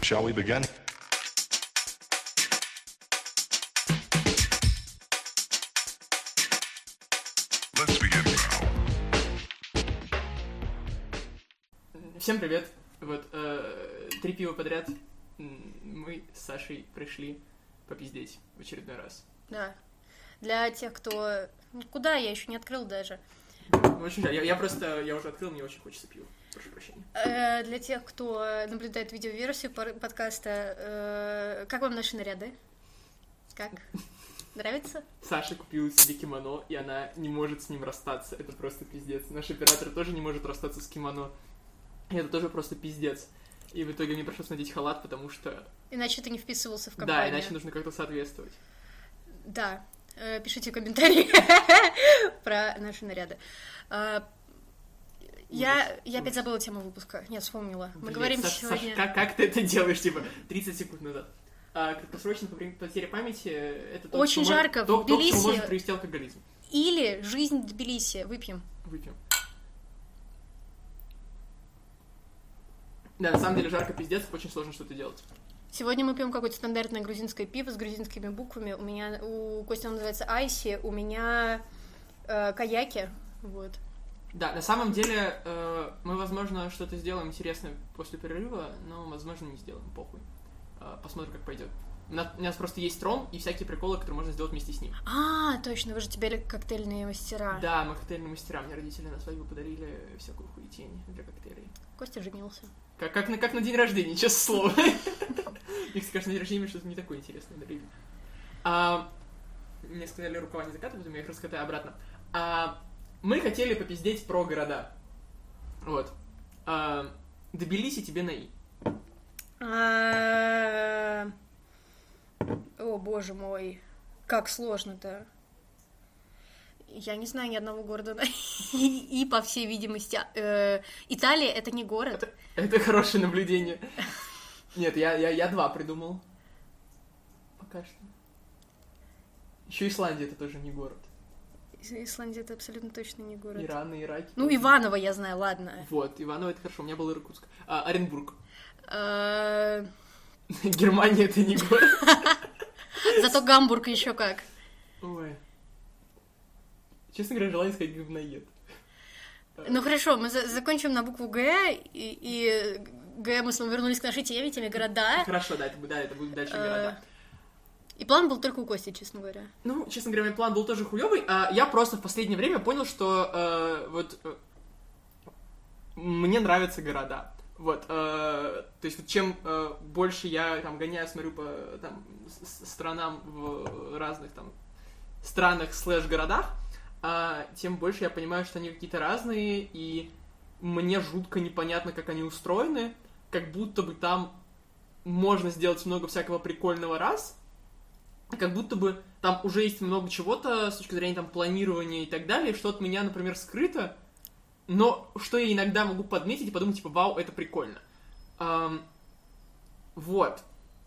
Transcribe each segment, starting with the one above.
Shall we begin? Let's begin now. Всем привет! Вот, 3 пива подряд мы с Сашей пришли попиздеть в очередной раз. Да. Для тех, кто... Куда? Я еще не открыл даже. Очень жаль, я уже открыл, мне очень хочется пива. Прошу прощения. Для тех, кто наблюдает видеоверсию подкаста, как вам наши наряды? Как? Нравится? Саша купила себе кимоно, и она не может с ним расстаться. Это просто пиздец. Наш оператор тоже не может расстаться с кимоно. И это тоже просто пиздец. И в итоге мне пришлось надеть халат, потому что... Иначе ты не вписывался в компанию. Да, иначе нужно как-то соответствовать. Да. Пишите комментарии про наши наряды. Я опять забыла тему выпуска. Не вспомнила. Мы говорим сегодня... Саша, как ты это делаешь, типа, 30 секунд назад? Краткосрочная потеря памяти — это то, очень жарко в Тбилиси. что может привести алкоголизм. Или жизнь в Тбилиси. Выпьем. Да, на самом деле жарко пиздец, очень сложно что-то делать. Сегодня мы пьем какое-то стандартное грузинское пиво с грузинскими буквами. У Кости он называется Айси, у меня Каяки. Вот. Да, на самом деле мы, возможно, что-то сделаем интересное после перерыва, но, возможно, не сделаем, похуй. Посмотрим, как пойдет. У нас просто есть ром и всякие приколы, которые можно сделать вместе с ним. Точно, вы же теперь коктейльные мастера. Да, мы коктейльные мастера. Мне родители на свадьбу подарили всякую хуетень для коктейлей. Костя женился. Как на день рождения, честное слово. Мне, кажется, на день рождения что-то не такое интересное дарили. Мне сказали, рукава не закатывать, я их раскатаю обратно. Мы хотели попиздеть про города. Вот. Тбилиси тебе на «и». О, боже мой. Как сложно-то. Я не знаю ни одного города на «и», по всей видимости. Италия — это не город. Это хорошее наблюдение. Нет, я 2 придумал. Пока что. Еще Исландия — это тоже не город. Исландия — это абсолютно точно не город. Иран и Ираки. Ну, Иваново я знаю, ладно. Вот, Иваново — это хорошо. У меня был Иркутск. Оренбург. Германия — это не город. Зато Гамбург еще как. Ой. Честно говоря, желание сказать говноед. Ну хорошо, мы закончим на букву Г, и Г мы снова вернулись к нашей теме города. Хорошо, это будет дальше города. И план был только у Кости, честно говоря. Ну, честно говоря, мой план был тоже хуёвый. Я просто в последнее время понял, что мне нравятся города. Вот, то есть вот чем больше я там гоняю, смотрю по там странам в разных там странах /городах, тем больше я понимаю, что они какие-то разные, и мне жутко непонятно, как они устроены, как будто бы там можно сделать много всякого прикольного раз, как будто бы там уже есть много чего-то с точки зрения там планирования и так далее, что от меня, например, скрыто, но что я иногда могу подметить и подумать, типа, вау, это прикольно. Вот.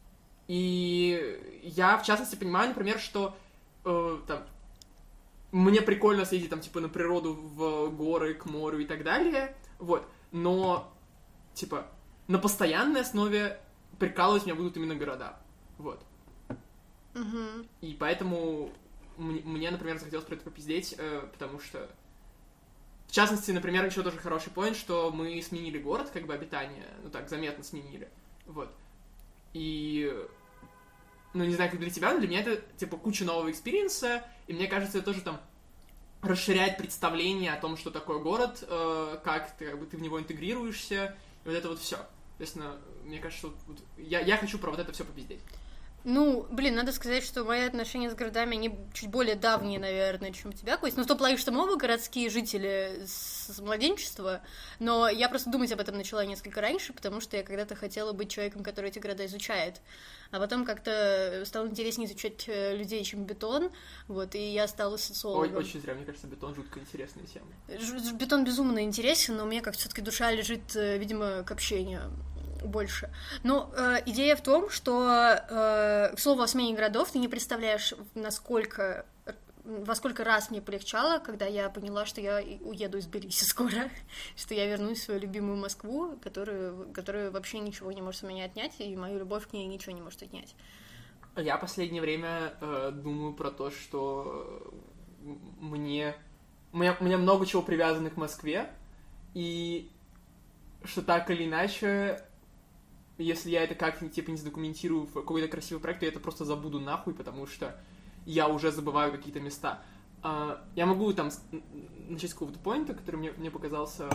И я, в частности, понимаю, например, что там мне прикольно съездить там, типа, на природу, в горы, к морю и так далее, вот, но, типа, на постоянной основе прикалывать меня будут именно города, вот. Угу. И поэтому мне, например, захотелось про это попиздеть, потому что, в частности, например, еще тоже хороший поинт, что мы сменили город, как бы, обитания, ну так, заметно сменили, вот, и... Ну, не знаю, как для тебя, но для меня это, типа, куча нового экспириенса, и мне кажется, это тоже, там, расширяет представление о том, что такое город, как ты в него интегрируешься, и вот это вот все. Соответственно, мне кажется, что вот, я хочу про вот это все попиздеть. Ну, блин, надо сказать, что мои отношения с городами, они чуть более давние, наверное, чем у тебя, Кость. Ну, в том плане, что мы оба городские жители с младенчества, но я просто думать об этом начала несколько раньше, потому что я когда-то хотела быть человеком, который эти города изучает. А потом как-то стало интереснее изучать людей, чем бетон, вот, и я стала социологом. Ой, очень зря, мне кажется, бетон жутко интересная тема. Бетон безумно интересен, но у меня как все-таки душа лежит, видимо, к общению больше. Но идея в том, что, к слову о смене городов, ты не представляешь, насколько во сколько раз мне полегчало, когда я поняла, что я уеду из Тбилиси скоро, что я вернусь в свою любимую Москву, которая вообще ничего не может у меня отнять, и мою любовь к ней ничего не может отнять. Я последнее время думаю про то, что у меня много чего привязано к Москве, и что так или иначе, если я это как-нибудь типа не задокументирую в какой-то красивый проект, то я это просто забуду нахуй, потому что я уже забываю какие-то места. Я могу там начать с какого-то поинта, который мне показался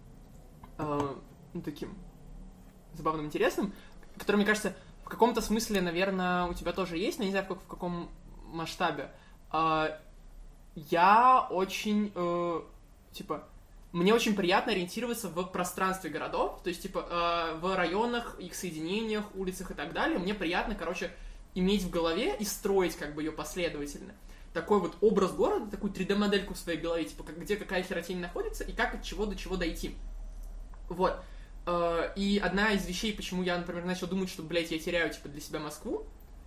таким забавным, интересным, который, мне кажется, в каком-то смысле, наверное, у тебя тоже есть, но не знаю, в каком масштабе. Я очень, мне очень приятно ориентироваться в пространстве городов, то есть, в районах, их соединениях, улицах и так далее. Мне приятно, иметь в голове и строить, ее последовательно. Такой вот образ города, такую 3D-модельку в своей голове, где какая херотень находится и как от чего до чего дойти. Вот. И одна из вещей, почему я, например, начал думать, что, я теряю, для себя Москву,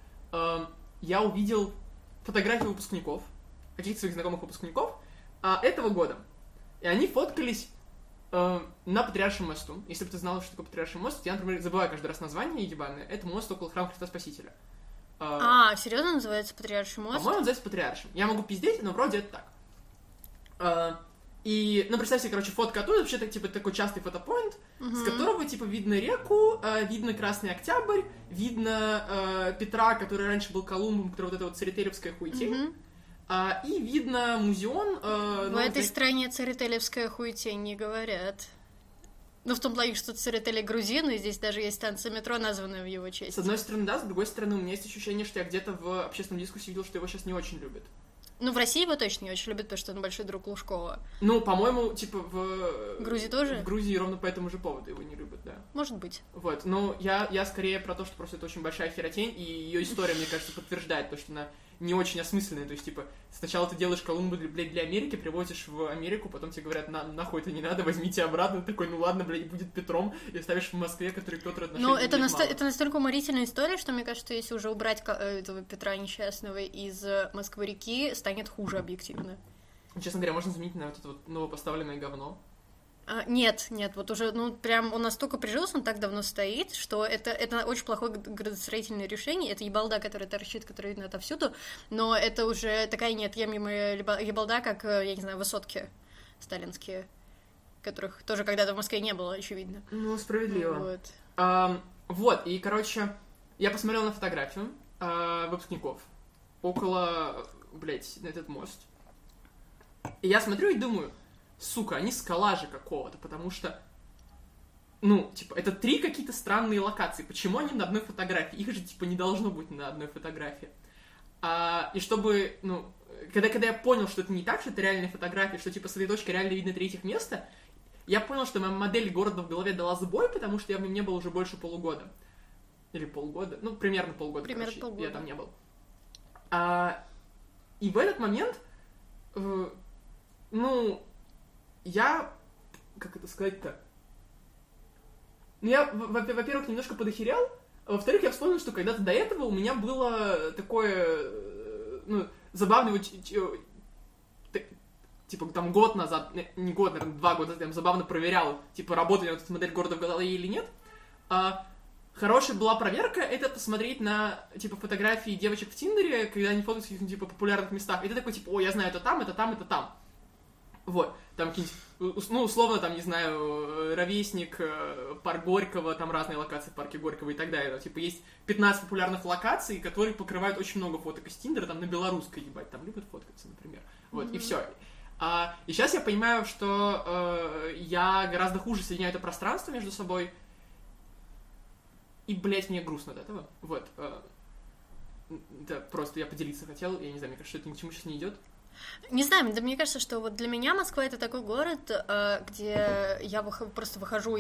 я увидел фотографии выпускников, каких-то своих знакомых выпускников этого года. И они фоткались на Патриаршем мосту. Если бы ты знала, что такое Патриарший мост, я, например, забываю каждый раз название ебаное. Это мост около храма Христа Спасителя. Серьезно называется Патриарший мост? По-моему, называется Патриаршим. Я могу пиздеть, но вроде это так. И, представь себе, фотка оттуда, вообще такой частый фотопоинт, с которого, видно реку, видно Красный Октябрь, видно Петра, который раньше был Колумбом, который вот эта вот церетелевская хуетень, и видно музеон... В этой стране церетелевская хуетень не говорят. Ну, в том плане, что Церетели грузин, и здесь даже есть станция метро, названная в его честь. С одной стороны, да, с другой стороны, у меня есть ощущение, что я где-то в общественном дискуссии видел, что его сейчас не очень любят. Ну, в России его точно не очень любят, потому что он большой друг Лужкова. Ну, по-моему, в Грузии тоже? В Грузии ровно по этому же поводу его не любят, да. Может быть. Вот, но я скорее про то, что просто это очень большая херотень, и ее история, мне кажется, подтверждает то, что она не очень осмысленная. То есть, сначала ты делаешь Колумбу, для Америки, привозишь в Америку, потом тебе говорят, нахуй это не надо, возьмите обратно. Ты такой, ну ладно, будет Петром, и ставишь в Москве, который Петр отношения. Ну, это настолько уморительная история, что, мне кажется, если уже убрать этого Петра несчастного из Москвы-реки, станет хуже объективно. Честно говоря, можно заменить на вот это вот новопоставленное говно. Нет, вот уже, прям он настолько прижился, он так давно стоит, что это очень плохое градостроительное решение, это ебалда, которая торчит, которая видно отовсюду, но это уже такая неотъемлемая ебалда, как, я не знаю, высотки сталинские, которых тоже когда-то в Москве не было, очевидно. Ну, справедливо. Вот. Вот, и, я посмотрел на фотографию выпускников около, на этот мост, и я смотрю и думаю, сука, они с коллажа какого-то, потому что, это 3 какие-то странные локации. Почему они на одной фотографии? Их же, не должно быть на одной фотографии. И чтобы, когда я понял, что это не так, что это реальная фотография, что, с этой точки реально видно 3 места, я понял, что моя модель города в голове дала сбой, потому что я в нем не был уже больше полугода. Или полгода. Примерно полгода, полгода. Я там не был. И в этот момент, я... Как это сказать-то? Я, во-первых, немножко подохерял, а во-вторых, я вспомнил, что когда-то до этого у меня было такое... забавное... там год назад, не год, наверное, 2 года назад, я забавно проверял, работает ли эта модель города в голове или нет. Хорошая была проверка, это посмотреть на, фотографии девочек в Тиндере, когда они фотографируют в каких-то, популярных местах, и ты такой, ой, я знаю, это там, это там, это там. Вот, там какие-нибудь, условно, там, не знаю, ровесник, парк Горького, там разные локации в парке Горького и так далее. Есть 15 популярных локаций, которые покрывают очень много фоток из Тиндера, там на белорусской, ебать, там любят фоткаться, например. Вот, и все. И сейчас я понимаю, что я гораздо хуже соединяю это пространство между собой, и, мне грустно от этого. Вот. Да, просто я поделиться хотел, я не знаю, мне кажется, что это ни к чему сейчас не идет. Не знаю, да мне кажется, что вот для меня Москва — это такой город, где я просто выхожу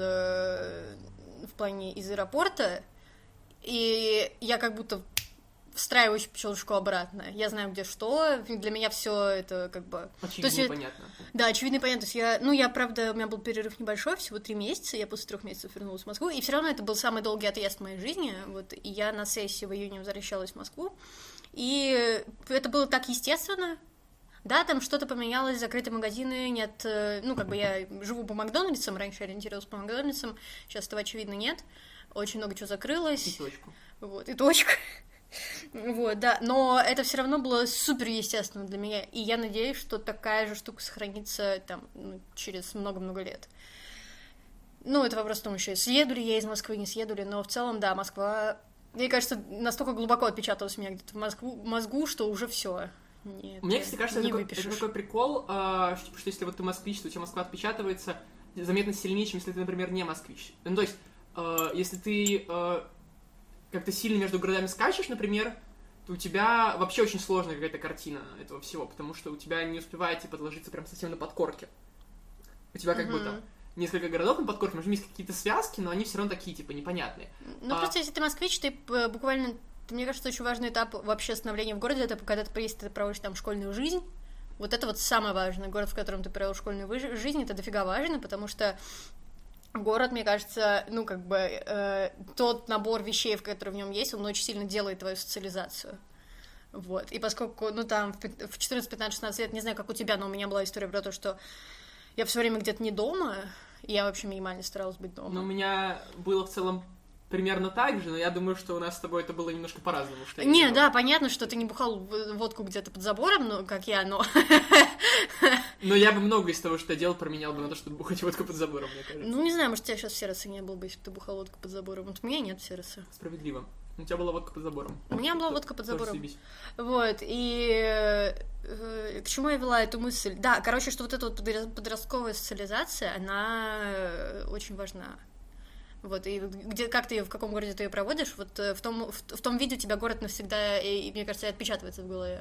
в плане из аэропорта, и я как будто встраиваюсь в пчелочку обратно. Я знаю, где что, для меня все это очевидно и понятно. Да, очевидно и понятно. То есть я, правда, у меня был перерыв небольшой, всего 3 месяца, я после 3 месяцев вернулась в Москву, и все равно это был самый долгий отъезд в моей жизни, вот, и я на сессии в июне возвращалась в Москву, И это было так естественно. Да, там что-то поменялось, закрыты магазины, нет... Ну, как бы я живу по Макдональдсам, раньше ориентировалась по Макдональдсам, сейчас этого, очевидно, нет. Очень много чего закрылось. И точку. Вот, и точка. Вот, да, но это все равно было супер естественно для меня, и я надеюсь, что такая же штука сохранится там через много-много лет. Ну, это вопрос в том еще, съеду ли я из Москвы, не съеду ли, но в целом, да, Москва, мне кажется, настолько глубоко отпечаталась у меня где-то в мозгу, что уже все. Мне, кстати, кажется, это такой прикол, что если вот ты москвич, то у тебя Москва отпечатывается заметно сильнее, чем если ты, например, не москвич. Ну, то есть, если ты как-то сильно между городами скачешь, например, то у тебя вообще очень сложная какая-то картина этого всего, потому что у тебя не успевает, типа, отложиться прям совсем на подкорке. У тебя как бы там несколько городов на подкорке, может, есть какие-то связки, но они все равно такие, типа, непонятные. Ну, просто если ты москвич, ты буквально... Мне кажется, очень важный этап вообще становления в городе, это когда ты приедешь, ты проводишь там школьную жизнь. Вот это вот самое важное. Город, в котором ты провел школьную жизнь, это дофига важно, потому что город, мне кажется, ну, как бы, тот набор вещей, которые в нем есть, он очень сильно делает твою социализацию. Вот. И поскольку, ну, там, в 14, 15, 16 лет, не знаю, как у тебя, но у меня была история про то, что я все время где-то не дома, и я вообще минимально старалась быть дома. Ну, у меня было в целом примерно так же, но я думаю, что у нас с тобой это было немножко по-разному. Что не, да, понятно, что ты не бухал водку где-то под забором, ну, как я, но... Но я бы много из того, что я делал, променял бы на то, чтобы бухать водку под забором, мне кажется. Ну, не знаю, может, у тебя сейчас в Серосе не было бы, если бы ты бухал водку под забором. Вот у меня нет в Серосе. Справедливо. У тебя была водка под забором. У меня была водка под забором. Вот, и к чему я вела эту мысль? Да, короче, что вот эта вот подростковая социализация, она очень важна. Вот, и как ты ее, в каком городе ты ее проводишь, вот в том виде у тебя город навсегда, и мне кажется, отпечатывается в голове.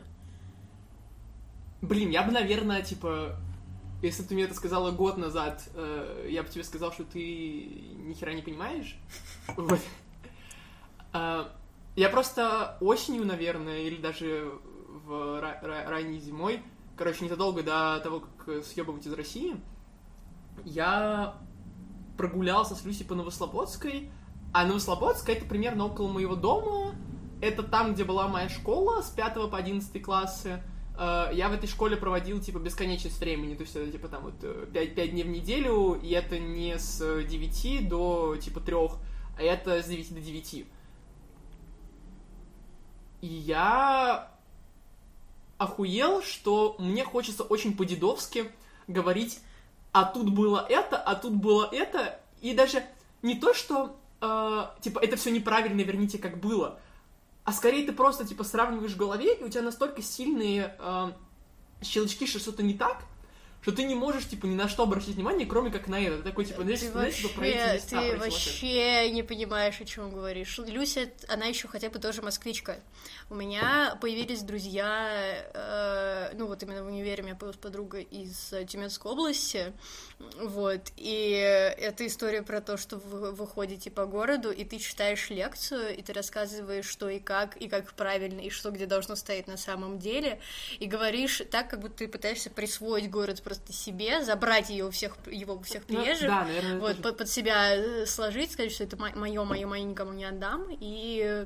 Блин, я бы, наверное, типа, если бы ты мне это сказала год назад, я бы тебе сказал, что ты ни хера не понимаешь. Вот. Я просто осенью, наверное, или даже в ранней зимой, короче, незадолго до того, как съебывать из России, я прогулялся с Люсей по Новослободской, а Новослободская — это примерно около моего дома, это там, где была моя школа с 5 по 11 классы. Я в этой школе проводил, типа, бесконечность времени, то есть это, типа, там, вот, 5 дней в неделю, и это не с 9 до, типа, 3, а это с 9 до 9. И я охуел, что мне хочется очень по-дедовски говорить: а тут было это, а тут было это, и даже не то, что, типа, это все неправильно, верните, как было, а скорее ты просто, типа, сравниваешь в голове, и у тебя настолько сильные щелчки, что что-то не так, что ты не можешь, типа, ни на что обращать внимание, кроме как на это. Ты такой, типа, знаешь, про эти места. Ты вообще не понимаешь, о чем говоришь. Люся, она еще хотя бы тоже москвичка. У меня появились друзья, ну, вот именно в универе у меня появилась подруга из Тюменской области, вот, и это история про то, что вы ходите по городу, и ты читаешь лекцию, и ты рассказываешь, что и как правильно, и что где должно стоять на самом деле, и говоришь так, как будто ты пытаешься присвоить город просто себе, забрать его у всех приезжих, да, наверное, вот, под себя сложить, сказать, что это мое никому не отдам, и...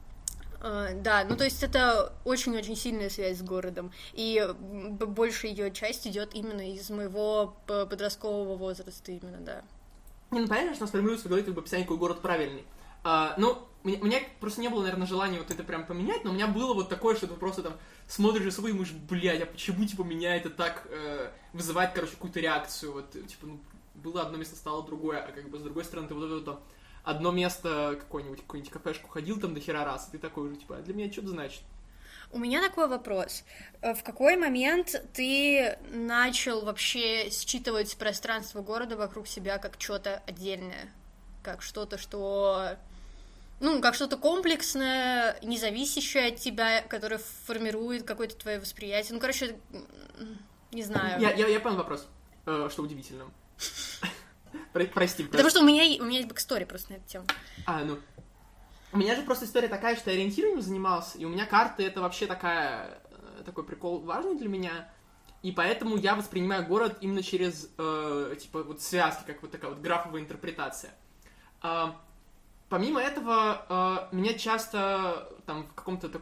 Да, ну то есть это очень-очень сильная связь с городом, и большая ее часть идет именно из моего подросткового возраста, именно, да. Не, ну понятно, что у нас формируется в голове как бы описание, какой город правильный. Ну, у меня просто не было, наверное, желания вот это прям поменять, но у меня было вот такое, что ты просто там смотришь за собой и думаешь: блядь, а почему, типа, меня это так вызывает, короче, какую-то реакцию, вот, типа, ну, было одно место, стало другое, а как бы с другой стороны ты вот это одно место, какую-нибудь кафешку ходил там до хера раз, и ты такой уже, типа, а для меня что-то значит. У меня такой вопрос. В какой момент ты начал вообще считывать пространство города вокруг себя как что-то отдельное? Как что-то, что... Ну, как что-то комплексное, независящее от тебя, которое формирует какое-то твое восприятие. Ну, короче, не знаю. Я понял вопрос, что удивительно. Прости. Потому что у меня есть бэкстори просто на эту тему. Ну... У меня же просто история такая, что я ориентированием занимался, и у меня карты — это вообще такой прикол важный для меня, и поэтому я воспринимаю город именно через, типа, вот связки, как вот такая вот графовая интерпретация. Помимо этого, меня часто там в каком-то таком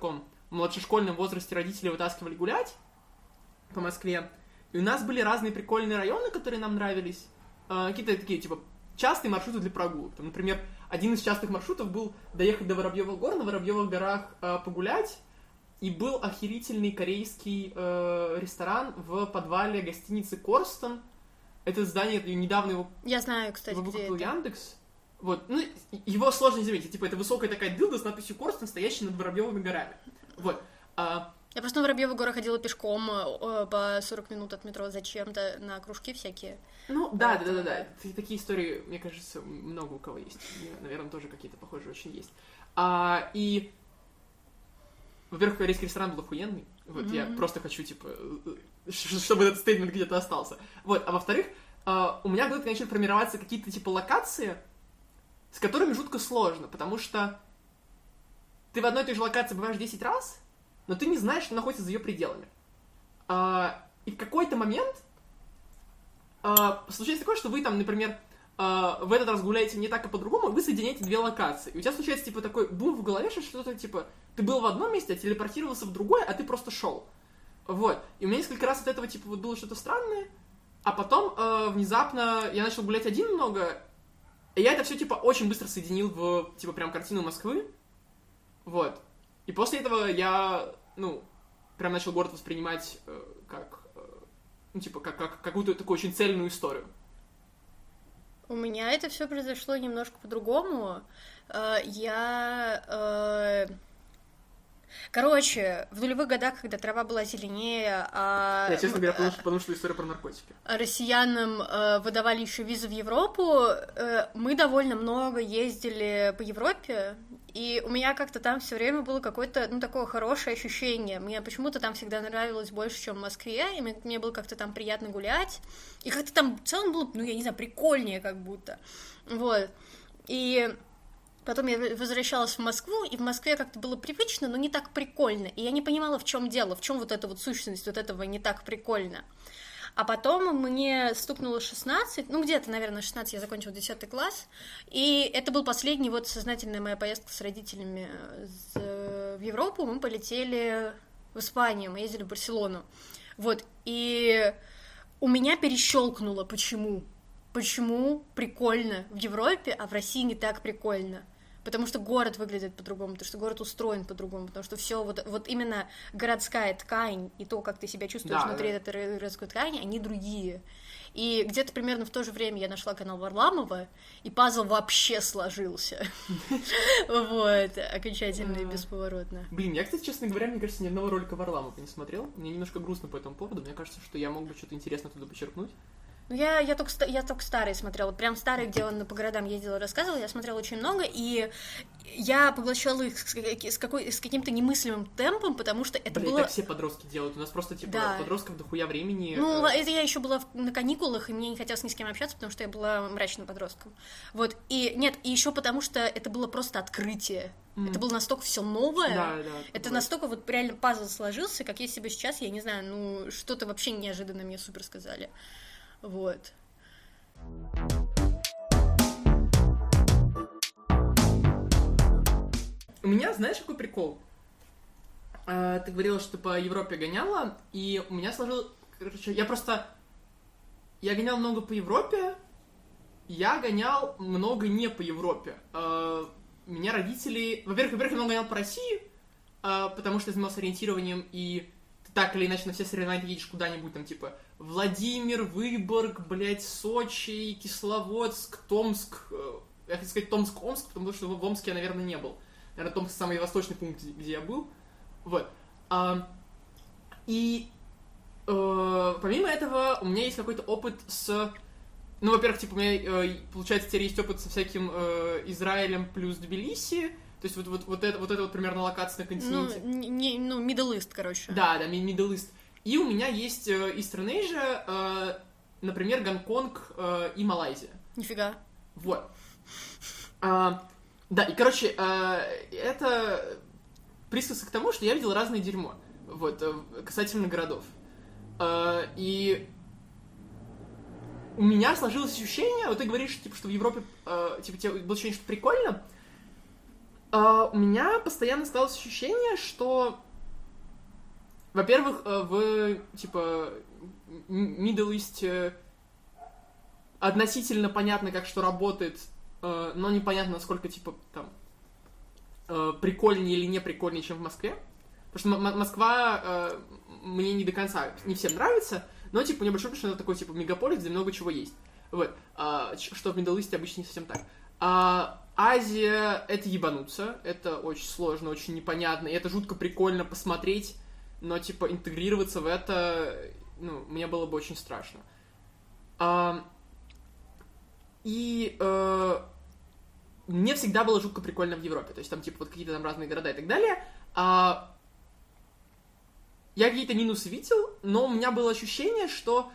в младшешкольном возрасте родители вытаскивали гулять по Москве, и у нас были разные прикольные районы, которые нам нравились, какие-то такие, типа, частые маршруты для прогулок. Там, например, один из частых маршрутов был доехать до Воробьевых гор, на Воробьевых горах погулять, и был охерительный корейский ресторан в подвале гостиницы «Корстон». Это здание, недавно его... Я знаю, кстати, его где выкупил это. Яндекс. Вот, ну, его сложно не заметить. Типа, это высокая такая дылда с надписью «Корстон», стоящая над Воробьевыми горами. Вот. Я просто на Воробьевы горы ходила пешком по 40 минут от метро зачем-то на кружки всякие. Ну, да. Такие истории, мне кажется, много у кого есть. Наверное, тоже какие-то похожие очень есть. И, во-первых, корейский ресторан был охуенный. Вот, я просто хочу, типа, чтобы этот стейтмент где-то остался. Вот, а во-вторых, у меня вдруг начали формироваться какие-то, типа, локации, с которыми жутко сложно, потому что ты в одной и той же локации бываешь 10 раз, но ты не знаешь, что находится за ее пределами. И в какой-то момент случается такое, что вы там, например, в этот раз гуляете не так, а по-другому, и вы соединяете две локации. И у тебя случается, типа, такой бум в голове, что что-то, типа, ты был в одном месте, а телепортировался в другое, а ты просто шел. Вот. И у меня несколько раз от этого, типа, вот было что-то странное, а потом внезапно я начал гулять один много, и я это все, типа, очень быстро соединил в, типа, прям картину Москвы. Вот. И после этого я, прям начал город воспринимать как какую-то такую очень цельную историю. У меня это все произошло немножко по-другому. Короче, в нулевых годах, когда трава была зеленее, Я, честно говоря, потому что история про наркотики. Россиянам выдавали еще визы в Европу, мы довольно много ездили по Европе, и у меня как-то там все время было какое-то, такое хорошее ощущение. Мне почему-то там всегда нравилось больше, чем в Москве, и мне было как-то там приятно гулять, и как-то там в целом было, я не знаю, прикольнее как будто. Вот. И потом я возвращалась в Москву, и в Москве как-то было привычно, но не так прикольно. И я не понимала, в чем дело, в чем вот эта вот сущность вот этого не так прикольно. А потом мне стукнуло 16, где-то, наверное, 16 я закончила 10 класс, и это был последний вот сознательная моя поездка с родителями в Европу. Мы полетели в Испанию, мы ездили в Барселону. Вот, и у меня перещелкнуло, почему прикольно в Европе, а в России не так прикольно. Потому что город выглядит по-другому, потому что город устроен по-другому, потому что все вот именно городская ткань и то, как ты себя чувствуешь внутри этой городской ткани, они другие. И где-то примерно в то же время я нашла канал Варламова, и пазл вообще сложился. Вот, окончательно и бесповоротно. Блин, я, кстати, честно говоря, мне кажется, ни одного ролика Варламова не смотрел. Мне немножко грустно по этому поводу. Мне кажется, что я мог бы что-то интересное туда почерпнуть. Я только старые смотрела, вот прям старые, где он по городам ездил и рассказывал, я смотрела очень много, и я поглощала их с каким-то немыслимым темпом, потому что это было... так все подростки делают, у нас просто, подростков дохуя времени... это я еще была на каникулах, и мне не хотелось ни с кем общаться, потому что я была мрачным подростком. Вот, и еще потому что это было просто открытие. Это было настолько все новое, это настолько вот реально пазл сложился, как если бы сейчас, я не знаю, что-то вообще неожиданно мне супер сказали. Вот. У меня, знаешь, какой прикол? Ты говорила, что по Европе гоняла, и у меня сложилось... Короче, я гонял много по Европе, я гонял много не по Европе. Меня родители... Во-первых, я много гонял по России, потому что я занимался ориентированием, и ты так или иначе на все соревнования едешь куда-нибудь, там, типа, Владимир, Выборг, Сочи, Кисловодск, Томск. Я хотел сказать Томск-Омск, потому что в Омске я, наверное, не был. Наверное, Томск самый восточный пункт, где я был. Вот. Помимо этого, у меня есть какой-то опыт с... во-первых, типа, у меня, получается, теперь есть опыт со всяким Израилем плюс Тбилиси. То есть вот это примерно локация на континенте. Middle East, короче. Да, Middle East. И у меня есть Eastern Asia, например, Гонконг и Малайзия. Нифига. Вот. Да, и, короче, это присказка к тому, что я видел разное дерьмо. Вот, касательно городов. И у меня сложилось ощущение, вот ты говоришь, типа, что в Европе, типа, тебе было ощущение, что прикольно. У меня постоянно осталось ощущение, что Во-первых, в, типа, Middle East относительно понятно, как что работает, но непонятно, насколько, типа, там, прикольнее или не прикольнее, чем в Москве. Потому что Москва мне не до конца, не всем нравится, но, типа, мне большое что это такой, типа, мегаполис, где много чего есть. Вот. Что в Middle East обычно не совсем так. Азия — это ебануться, это очень сложно, очень непонятно, и это жутко прикольно посмотреть, но, типа, интегрироваться в это, ну, мне было бы очень страшно. Мне всегда было жутко прикольно в Европе, то есть там, типа, вот какие-то там разные города и так далее. Я какие-то минусы видел, но у меня было ощущение, что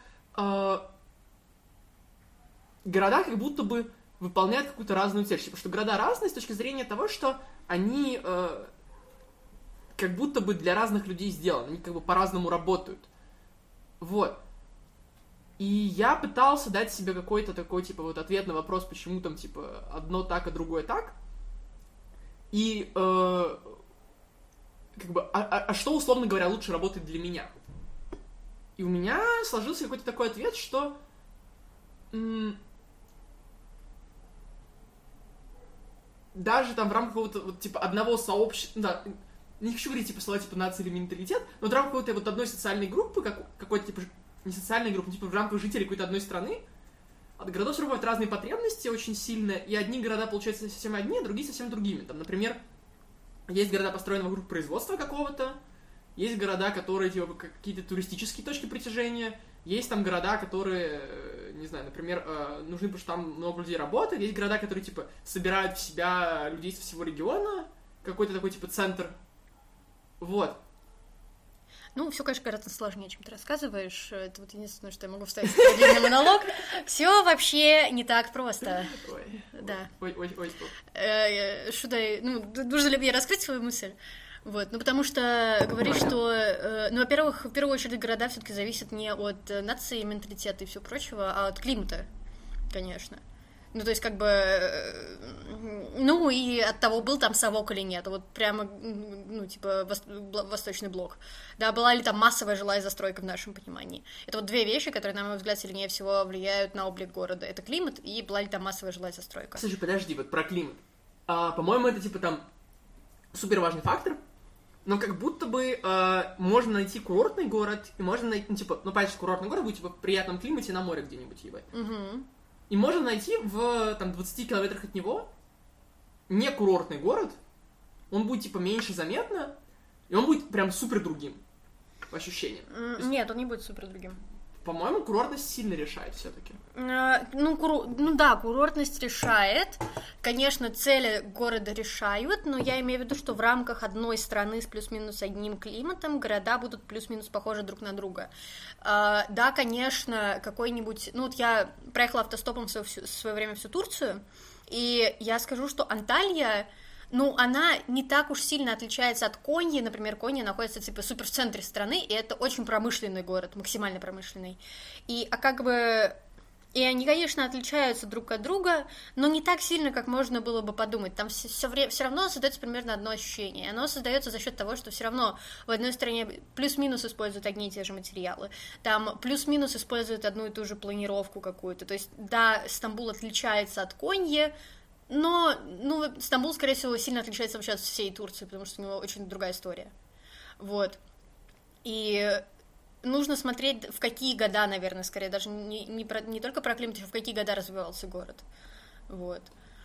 города как будто бы выполняют какую-то разную цель. Потому что города разные с точки зрения того, что они как будто бы для разных людей сделаны. Они как бы по-разному работают. Вот. И я пытался дать себе какой-то такой, типа, вот ответ на вопрос, почему там, типа, одно так, а другое так. И как бы, что, условно говоря, лучше работает для меня? И у меня сложился какой-то такой ответ, что даже там в рамках какого-то, вот, типа, одного сообщества, да, не хочу говорить, типа, слова, типа, нация или менталитет, но в рамках какой-то вот одной социальной группы, какой-то, типа, не социальной группы, типа, в рамках жителей какой-то одной страны, от городов все равно бывают разные потребности очень сильно, и одни города получаются совсем одни, а другие совсем другими. Там, например, есть города, построенные вокруг производства какого-то, есть города, которые, типа, какие-то туристические точки притяжения, есть там города, которые, не знаю, например, нужны, потому что там много людей работает, есть города, которые, типа, собирают в себя людей со всего региона, какой-то такой, типа, центр. Вот. Ну, все, конечно, гораздо сложнее, чем ты рассказываешь. Это вот единственное, что я могу вставить в отдельный монолог. Все вообще не так просто. Ой. Да. Ой. Нужно ли мне раскрыть свою мысль? Вот, ну, потому что говоришь, что, во-первых, в первую очередь города все-таки зависят не от нации, менталитета и всего прочего, а от климата, конечно. Ну, то есть, как бы, ну, и от того, был там совок или нет, вот прямо, ну, типа, Восточный блок, да, была ли там массовая жилая застройка в нашем понимании. Это вот две вещи, которые, на мой взгляд, сильнее всего влияют на облик города. Это климат и была ли там массовая жилая застройка. Слушай, подожди, вот про климат. По-моему, это, типа, там, супер важный фактор, но как будто бы можно найти курортный город, и можно найти, ну, типа, ну, понятно, что курортный город будет, типа, в приятном климате на море где-нибудь, ебать. Угу. И можно найти в, там, 20 километрах от него не курортный город, он будет, типа, меньше заметно, и он будет прям супер другим по ощущениям. Нет, он не будет супер другим. По-моему, курортность сильно решает все-таки. Ну да, курортность решает. Конечно, цели города решают, но я имею в виду, что в рамках одной страны с плюс-минус одним климатом города будут плюс-минус похожи друг на друга. Да, конечно, какой-нибудь... Ну вот я проехала автостопом в свое время всю Турцию, и я скажу, что Анталья... Ну, она не так уж сильно отличается от Коньи. Например, Конья находится, типа, супер в центре страны, и это очень промышленный город, максимально промышленный. И они, конечно, отличаются друг от друга, но не так сильно, как можно было бы подумать. Там все равно создается примерно одно ощущение. И оно создается за счет того, что все равно в одной стране плюс-минус используют одни и те же материалы. Там плюс-минус используют одну и ту же планировку какую-то. То есть, да, Стамбул отличается от Коньи, но, ну, Стамбул, скорее всего, сильно отличается вообще от всей Турции, потому что у него очень другая история. Вот. И нужно смотреть, в какие года, наверное, скорее, даже не только про климат, а в какие года развивался город. Вот.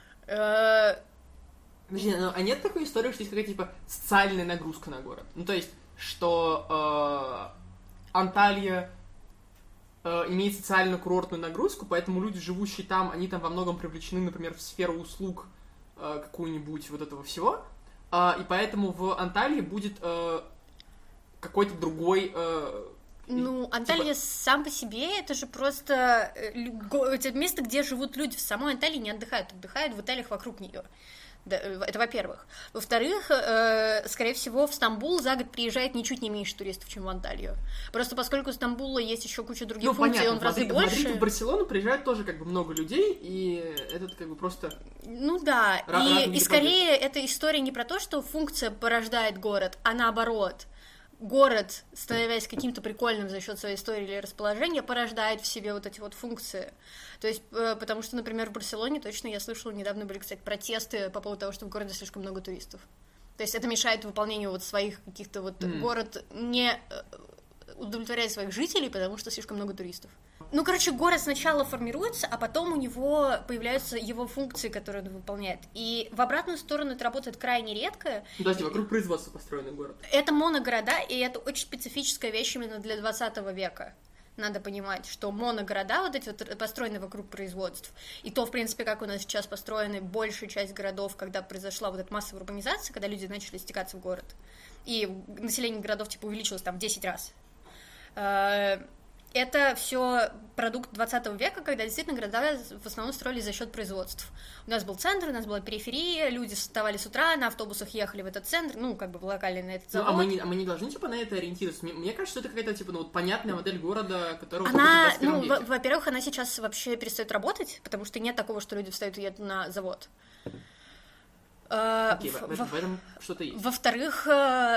Подожди, а нет такой истории, что есть какая-то, типа, социальная нагрузка на город? Ну, то есть, что Анталья имеет социально-курортную нагрузку, поэтому люди, живущие там, они там во многом привлечены, например, в сферу услуг какую-нибудь вот этого всего, и поэтому в Анталье будет какой-то другой... Ну, Анталья сам по себе, это же просто это место, где живут люди. В самой Анталии не отдыхают в отелях вокруг нее. Да, это во-первых. Во-вторых, скорее всего, в Стамбул за год приезжает ничуть не меньше туристов, чем в Анталию. Просто поскольку у Стамбула есть еще куча других функций, понятно, он в разы больше. В Мадрид и в Барселону приезжает тоже как бы много людей, и это как бы просто... Ну да, и скорее эта история не про то, что функция порождает город, а наоборот. город, становясь каким-то прикольным за счет своей истории или расположения, порождает в себе вот эти вот функции. То есть, потому что, например, в Барселоне точно я слышала, недавно были, кстати, протесты по поводу того, что в городе слишком много туристов. То есть это мешает выполнению вот своих каких-то вот... Город не удовлетворяет своих жителей, потому что слишком много туристов. Ну, короче, город сначала формируется, а потом у него появляются его функции, которые он выполняет. И в обратную сторону это работает крайне редко. Подожди, вокруг производства построенный город. Это моногорода, и это очень специфическая вещь именно для 20 века. Надо понимать, что моногорода, вот эти вот построены вокруг производств, и то, в принципе, как у нас сейчас построены большая часть городов, когда произошла вот эта массовая урбанизация, когда люди начали стекаться в город, и население городов, типа, увеличилось там в 10 раз. Это все продукт 20 века, когда действительно города в основном строились за счет производств. У нас был центр, у нас была периферия, люди вставали с утра, на автобусах ехали в этот центр, ну, как бы локально на этот завод. Ну, а мы не должны, типа, на это ориентироваться? Мне кажется, что это какая-то, типа, ну, вот понятная модель города, которого... Она, ну, во-первых, она сейчас вообще перестает работать, потому что нет такого, что люди встают и едут на завод. Окей, в этом что-то есть. Во-вторых,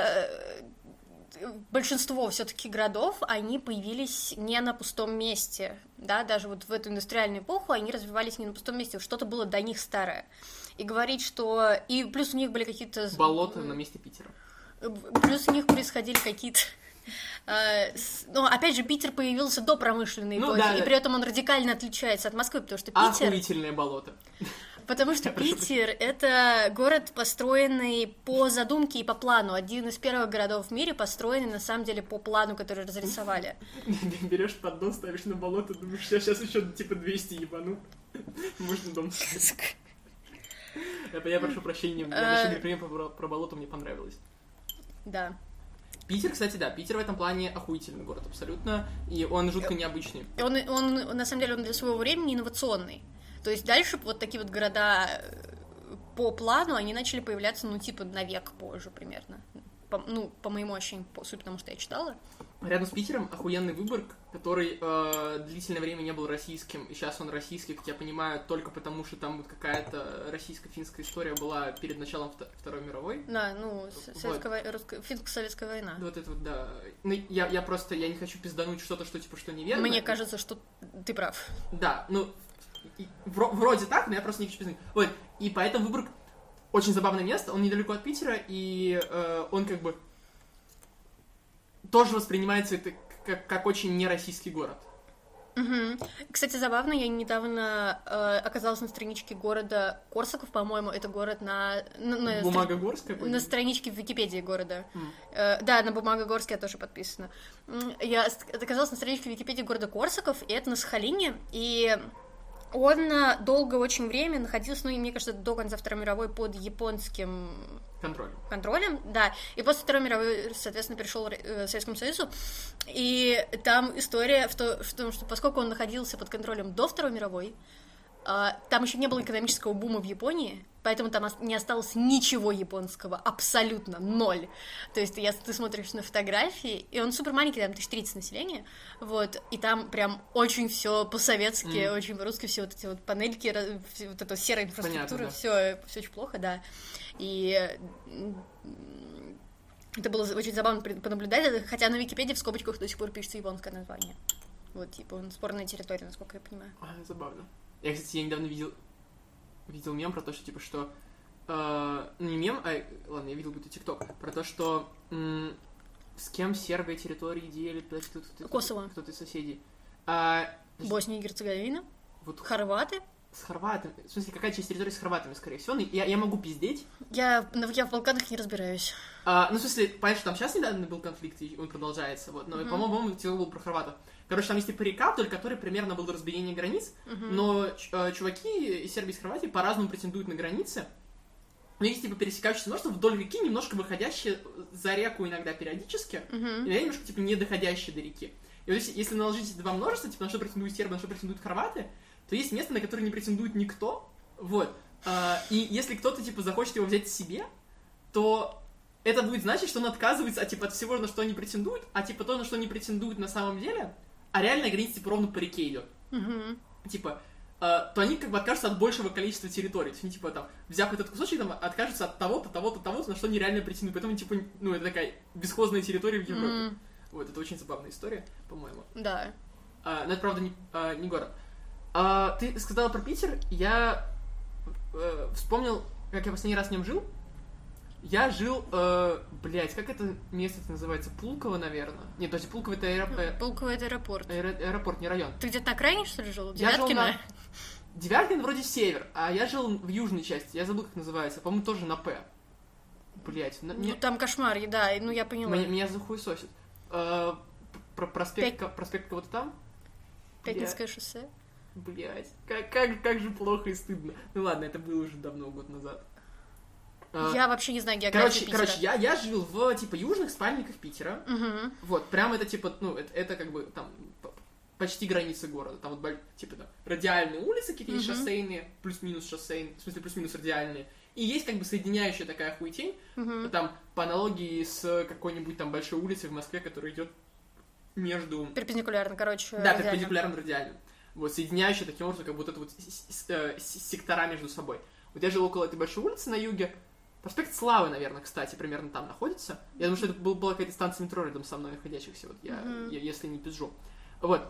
большинство все-таки городов, они появились не на пустом месте, да, даже вот в эту индустриальную эпоху они развивались не на пустом месте, что-то было до них старое. И говорить, что... И плюс у них были какие-то... Болота на месте Питера. Плюс у них происходили какие-то... Но, опять же, Питер появился до промышленной эпохи, и при этом он радикально отличается от Москвы, потому что Питер... Охуительное болото. Потому что Питер — это город, построенный по задумке и по плану. Один из первых городов в мире, построенный, на самом деле, по плану, который разрисовали. Берешь поддон, ставишь на болото, думаешь, сейчас еще, типа, 200 ебану. Можно дом ставить. Я прошу прощения, наше пример про болото мне понравилось. Да. Питер, кстати, да, Питер в этом плане охуительный город, абсолютно, и он жутко необычный. Он, на самом деле, он для своего времени инновационный. То есть дальше вот такие вот города по плану, они начали появляться, ну, типа, на век позже примерно. По моему ощущению, суть потому что я читала. Рядом с Питером охуенный Выборг, который длительное время не был российским, и сейчас он российский, как я понимаю, только потому, что там вот какая-то российско-финская история была перед началом Второй мировой. Да, ну, финско-советская война. Вот это вот, да. Ну, я просто, я не хочу пиздануть что-то, что, типа, что неверно. Мне кажется, что ты прав. Да, ну, вроде так, но я просто не хочу пиздануть. Вот, и поэтому Выборг очень забавное место, он недалеко от Питера, и он как бы тоже воспринимается это как очень нероссийский город. Угу. Кстати, забавно, я недавно оказалась на страничке города Корсаков, по-моему, это город на Бумагогорск какой-то? На страничке в Википедии города. Да, на Бумагогорске я тоже подписана. Я оказалась на страничке в Википедии города Корсаков, и это на Сахалине, и он долго очень время находился, ну, и мне кажется, до конца Второй мировой под японским контролем, да, и после Второй мировой, соответственно, перешел к Советскому Союзу, и там история в том, что поскольку он находился под контролем до Второй мировой, там еще не было экономического бума в Японии, поэтому там не осталось ничего японского, абсолютно ноль. То есть ты смотришь на фотографии, и он супер маленький, там 1030 населения, вот, и там прям очень все по-советски, очень по-русски, все вот эти вот панельки, вот эта серая инфраструктура, да. все очень плохо, да. И это было очень забавно понаблюдать, хотя на Википедии в скобочках до сих пор пишется японское название. Вот, типа, он спорная территория, насколько я понимаю. Забавно. Я, кстати, недавно видел мем про то, что, типа, что... не мем, ладно, я видел какой-то тикток. Про то, что... с кем Сербия территории делит? Косово. Кто-то из соседей. Босния и Герцеговина? Вот. Хорваты? С хорватами. В смысле, какая часть территории с хорватами, скорее всего. Я могу пиздеть. Я в Балканах не разбираюсь. Ну, в смысле, понятно, что там сейчас недавно был конфликт, и он продолжается, вот. Но, по-моему, это был про хорватов. Короче, там есть типа река, вдоль которой примерно было разбиение границ, но чуваки из Сербии и из Хорватии по-разному претендуют на границы. У них есть типа пересекающиеся множество вдоль реки, немножко выходящие за реку иногда периодически, и иногда немножко типа не доходящие до реки. И вот если наложить эти два множества, типа на что претендуют сербы, на что претендуют хорваты, то есть место, на которое не претендует никто, вот. И если кто-то типа захочет его взять себе, то это будет значить, что он отказывается от всего, на что они претендуют, а типа то, на что они претендуют на самом деле, а реальная граница типа ровно по реке идет. Типа, то они как бы откажутся от большего количества территорий. То есть они, типа, там, взяв этот кусочек, там, откажутся от того-то, того-то, того-то, на что они реально претендуют. Поэтому, типа, ну, это такая бесхозная территория в Европе. Вот, это очень забавная история, по-моему. Да. Но это, правда, не город. Ты сказала про Питер, я вспомнил, как я последний раз в нем жил. Я жил, как это место называется? Пулково, наверное. Нет, подожди, Пулково это аэропорт. Пулково это аэропорт. Аэропорт, не район. Ты где-то на окраине, что ли, жил? Я жил Девяткино? Девяткино вроде север, а я жил в южной части. Я забыл, как называется. По-моему, тоже на П. Блять. Ну, там кошмар, да, ну я поняла. Меня захуесосит. Проспект кого-то там? Пятницкое шоссе? Блять, как же плохо и стыдно. Ну ладно, это было уже давно, год назад. Я вообще не знаю географию Питера. Короче, я жил в, типа, южных спальниках Питера. Угу. Вот, прям это, типа, ну, это как бы, там, почти границы города. Там вот, типа, там, радиальные улицы какие-то есть, шоссейные, плюс-минус шоссейные, в смысле, плюс-минус радиальные. И есть, как бы, соединяющая такая хуетень, там, по аналогии с какой-нибудь там большой улицей в Москве, которая идет между... Перпендикулярно, короче, да, перпендикулярно радиально. Вот, соединяющая таким образом, как будто это вот сектора между собой. Вот я жил около этой большой улицы на юге. Проспект Славы, наверное, кстати, примерно там находится. Я думаю, что это была какая-то станция метро рядом со мной находящихся, вот я если не пизжу. Вот.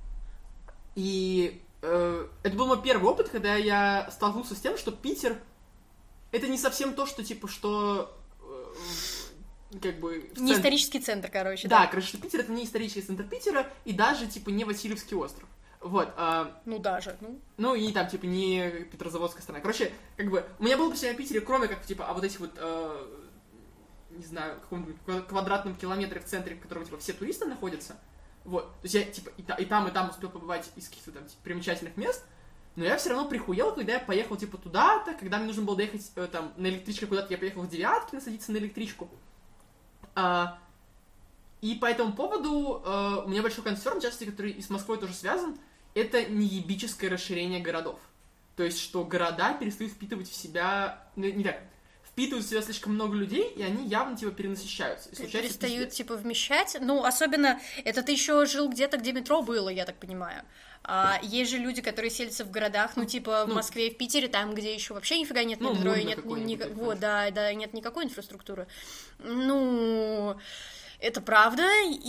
И это был мой первый опыт, когда я столкнулся с тем, что Питер это не совсем то, что, типа, что как бы... Не исторический центр, короче. Да, короче, что Питер это не исторический центр Питера и даже, типа, не Васильевский остров. Вот. Ну, даже, ну. Ну, и там, типа, не Петрозаводская страна. Короче, как бы, у меня было представление о Питере, кроме как, типа, вот этих вот, не знаю, каком-нибудь квадратном километре в центре, в котором, типа, все туристы находятся. Вот. То есть я, типа, и там успел побывать из каких-то там, типа, примечательных мест, но я все равно прихуел, когда я поехал, типа, туда-то, когда мне нужно было доехать, там, на электричке куда-то, я поехал в Девяткино, садиться на электричку. И по этому поводу у меня большой концерн, в частности, который и с Москвой тоже связан, это неебическое расширение городов. То есть, что города перестают впитывать в себя... Не так. Впитывают в себя слишком много людей, и они явно, типа, перенасыщаются. И перестают, типа, вмещать. Ну, особенно, это ты еще жил где-то, где метро было, я так понимаю. Есть же люди, которые селятся в городах, ну, типа, в Москве и в Питере, там, где еще вообще нифига нет метро, и нет вот, да, нет никакой инфраструктуры. Ну... Это правда,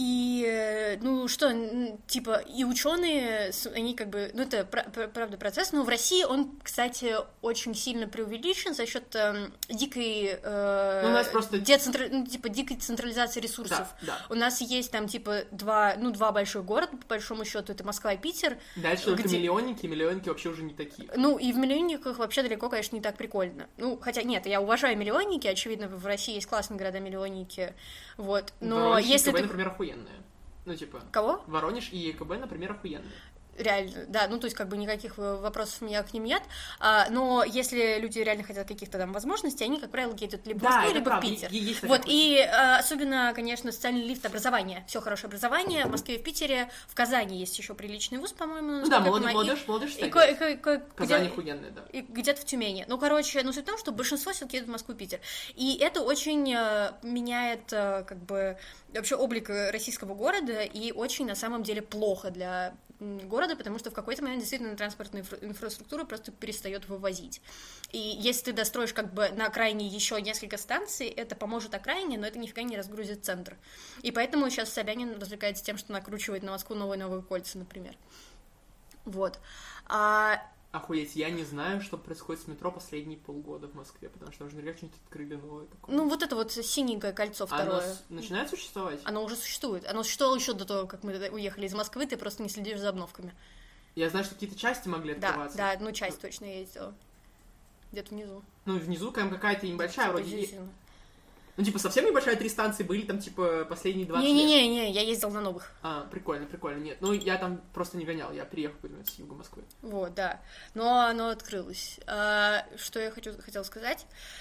и, ну, что, типа, и ученые, они как бы, ну, это правда процесс, но в России он, кстати, очень сильно преувеличен за счет дикой, у нас просто... дикой централизации ресурсов. Да. У нас есть там, типа, два больших города, по большому счету, это Москва и Питер. Дальше только миллионники вообще уже не такие. Ну, и в миллионниках вообще далеко, конечно, не так прикольно. Ну, хотя, нет, я уважаю миллионники, очевидно, в России есть классные города-миллионники, вот, но Воронеж если и ЕКБ, ты... например, охуенные. Ну, типа... Кого? Воронеж и ЕКБ, например, охуенные. Реально, да, ну, то есть, как бы, никаких вопросов у меня к ним нет, но если люди реально хотят каких-то там возможностей, они, как правило, едут либо в Москву, либо в Питер. Вот, и особенно, конечно, социальный лифт образования, все хорошее образование, в Москве и в Питере, в Казани есть еще приличный вуз, по-моему. Ну да, молодежь, Казань охуенная, да. И где-то в Тюмени. Ну, короче, суть в том, что большинство все-таки едут в Москву и Питер. И это очень меняет, как бы, вообще облик российского города, и очень, на самом деле, плохо для города, потому что в какой-то момент действительно транспортная инфраструктура просто перестает вывозить. И если ты достроишь как бы на окраине еще несколько станций, это поможет окраине, но это нифига не разгрузит центр. И поэтому сейчас Собянин развлекается тем, что накручивает на Москву новые кольца, например. Вот. Охуеть, я не знаю, что происходит с метро последние полгода в Москве, потому что уже наверняка что-нибудь открыли новое такое. Ну, вот это вот синенькое кольцо второе. Оно начинает существовать? Оно уже существует. Оно существовало еще до того, как мы уехали из Москвы, ты просто не следишь за обновками. Я знаю, что какие-то части могли открываться. Да, ну часть точно я ездила. Где-то внизу. Ну, внизу там какая-то небольшая вроде... Ну, типа, совсем небольшая, 3 станции были, там, типа, последние 20 лет. Не-не-не, я ездил на новых. Прикольно, нет. Ну, я там просто не гонял, я приехал, например, с юга Москвы. Вот, да. Но оно открылось. Что я хотела сказать?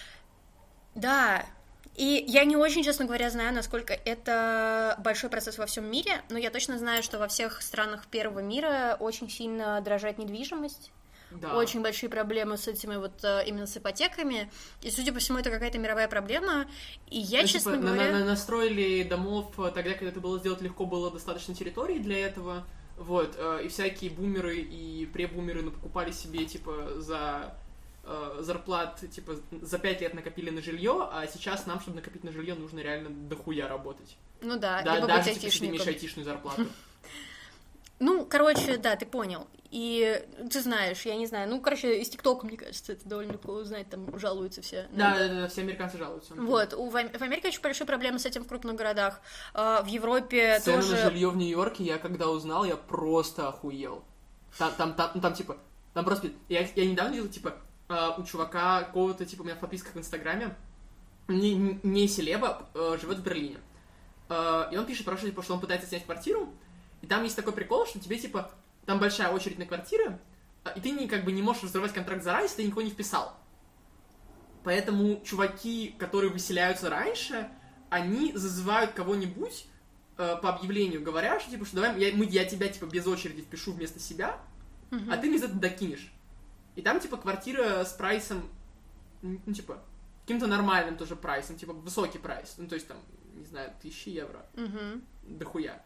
Да, и я не очень, честно говоря, знаю, насколько это большой процесс во всем мире, но я точно знаю, что во всех странах первого мира очень сильно дорожает недвижимость. Да. Очень большие проблемы с этими вот именно с ипотеками. И, судя по всему, это какая-то мировая проблема. И я, честно говоря... Настроили домов тогда, когда это было сделать легко, было достаточно территории для этого. Вот, и всякие бумеры и пребумеры покупали себе, типа, за зарплат, типа, за 5 лет накопили на жилье, а сейчас нам, чтобы накопить на жилье, нужно реально дохуя работать. Ну да, Да, даже типа, если ты айтишником. имеешь айтишную зарплату. Ну, короче, да, ты понял. И ты знаешь, я не знаю, ну, короче, из ТикТока, мне кажется, это довольно легко узнать, там жалуются все. Да, все американцы жалуются. Вот, в Америке очень большие проблемы с этим в крупных городах. В Европе Цены тоже... на жилье в Нью-Йорке, я когда узнал, я просто охуел. Там типа, там просто... Я недавно видел, типа, у чувака какого-то, типа, у меня в подписках в Инстаграме, не селеба, живет в Берлине. И он пишет, типа, что он пытается снять квартиру, и там есть такой прикол, что тебе, типа, там большая очередь на квартиры, и ты не можешь разрывать контракт заранее, если ты никого не вписал. Поэтому чуваки, которые выселяются раньше, они зазывают кого-нибудь по объявлению, говоря, что, типа, что давай я тебя, типа, без очереди впишу вместо себя, а ты мне за это докинешь. И там, типа, квартира с прайсом, ну, типа, каким-то нормальным тоже прайсом, типа, высокий прайс. Ну, то есть, там, не знаю, 1000 евро. Дохуя.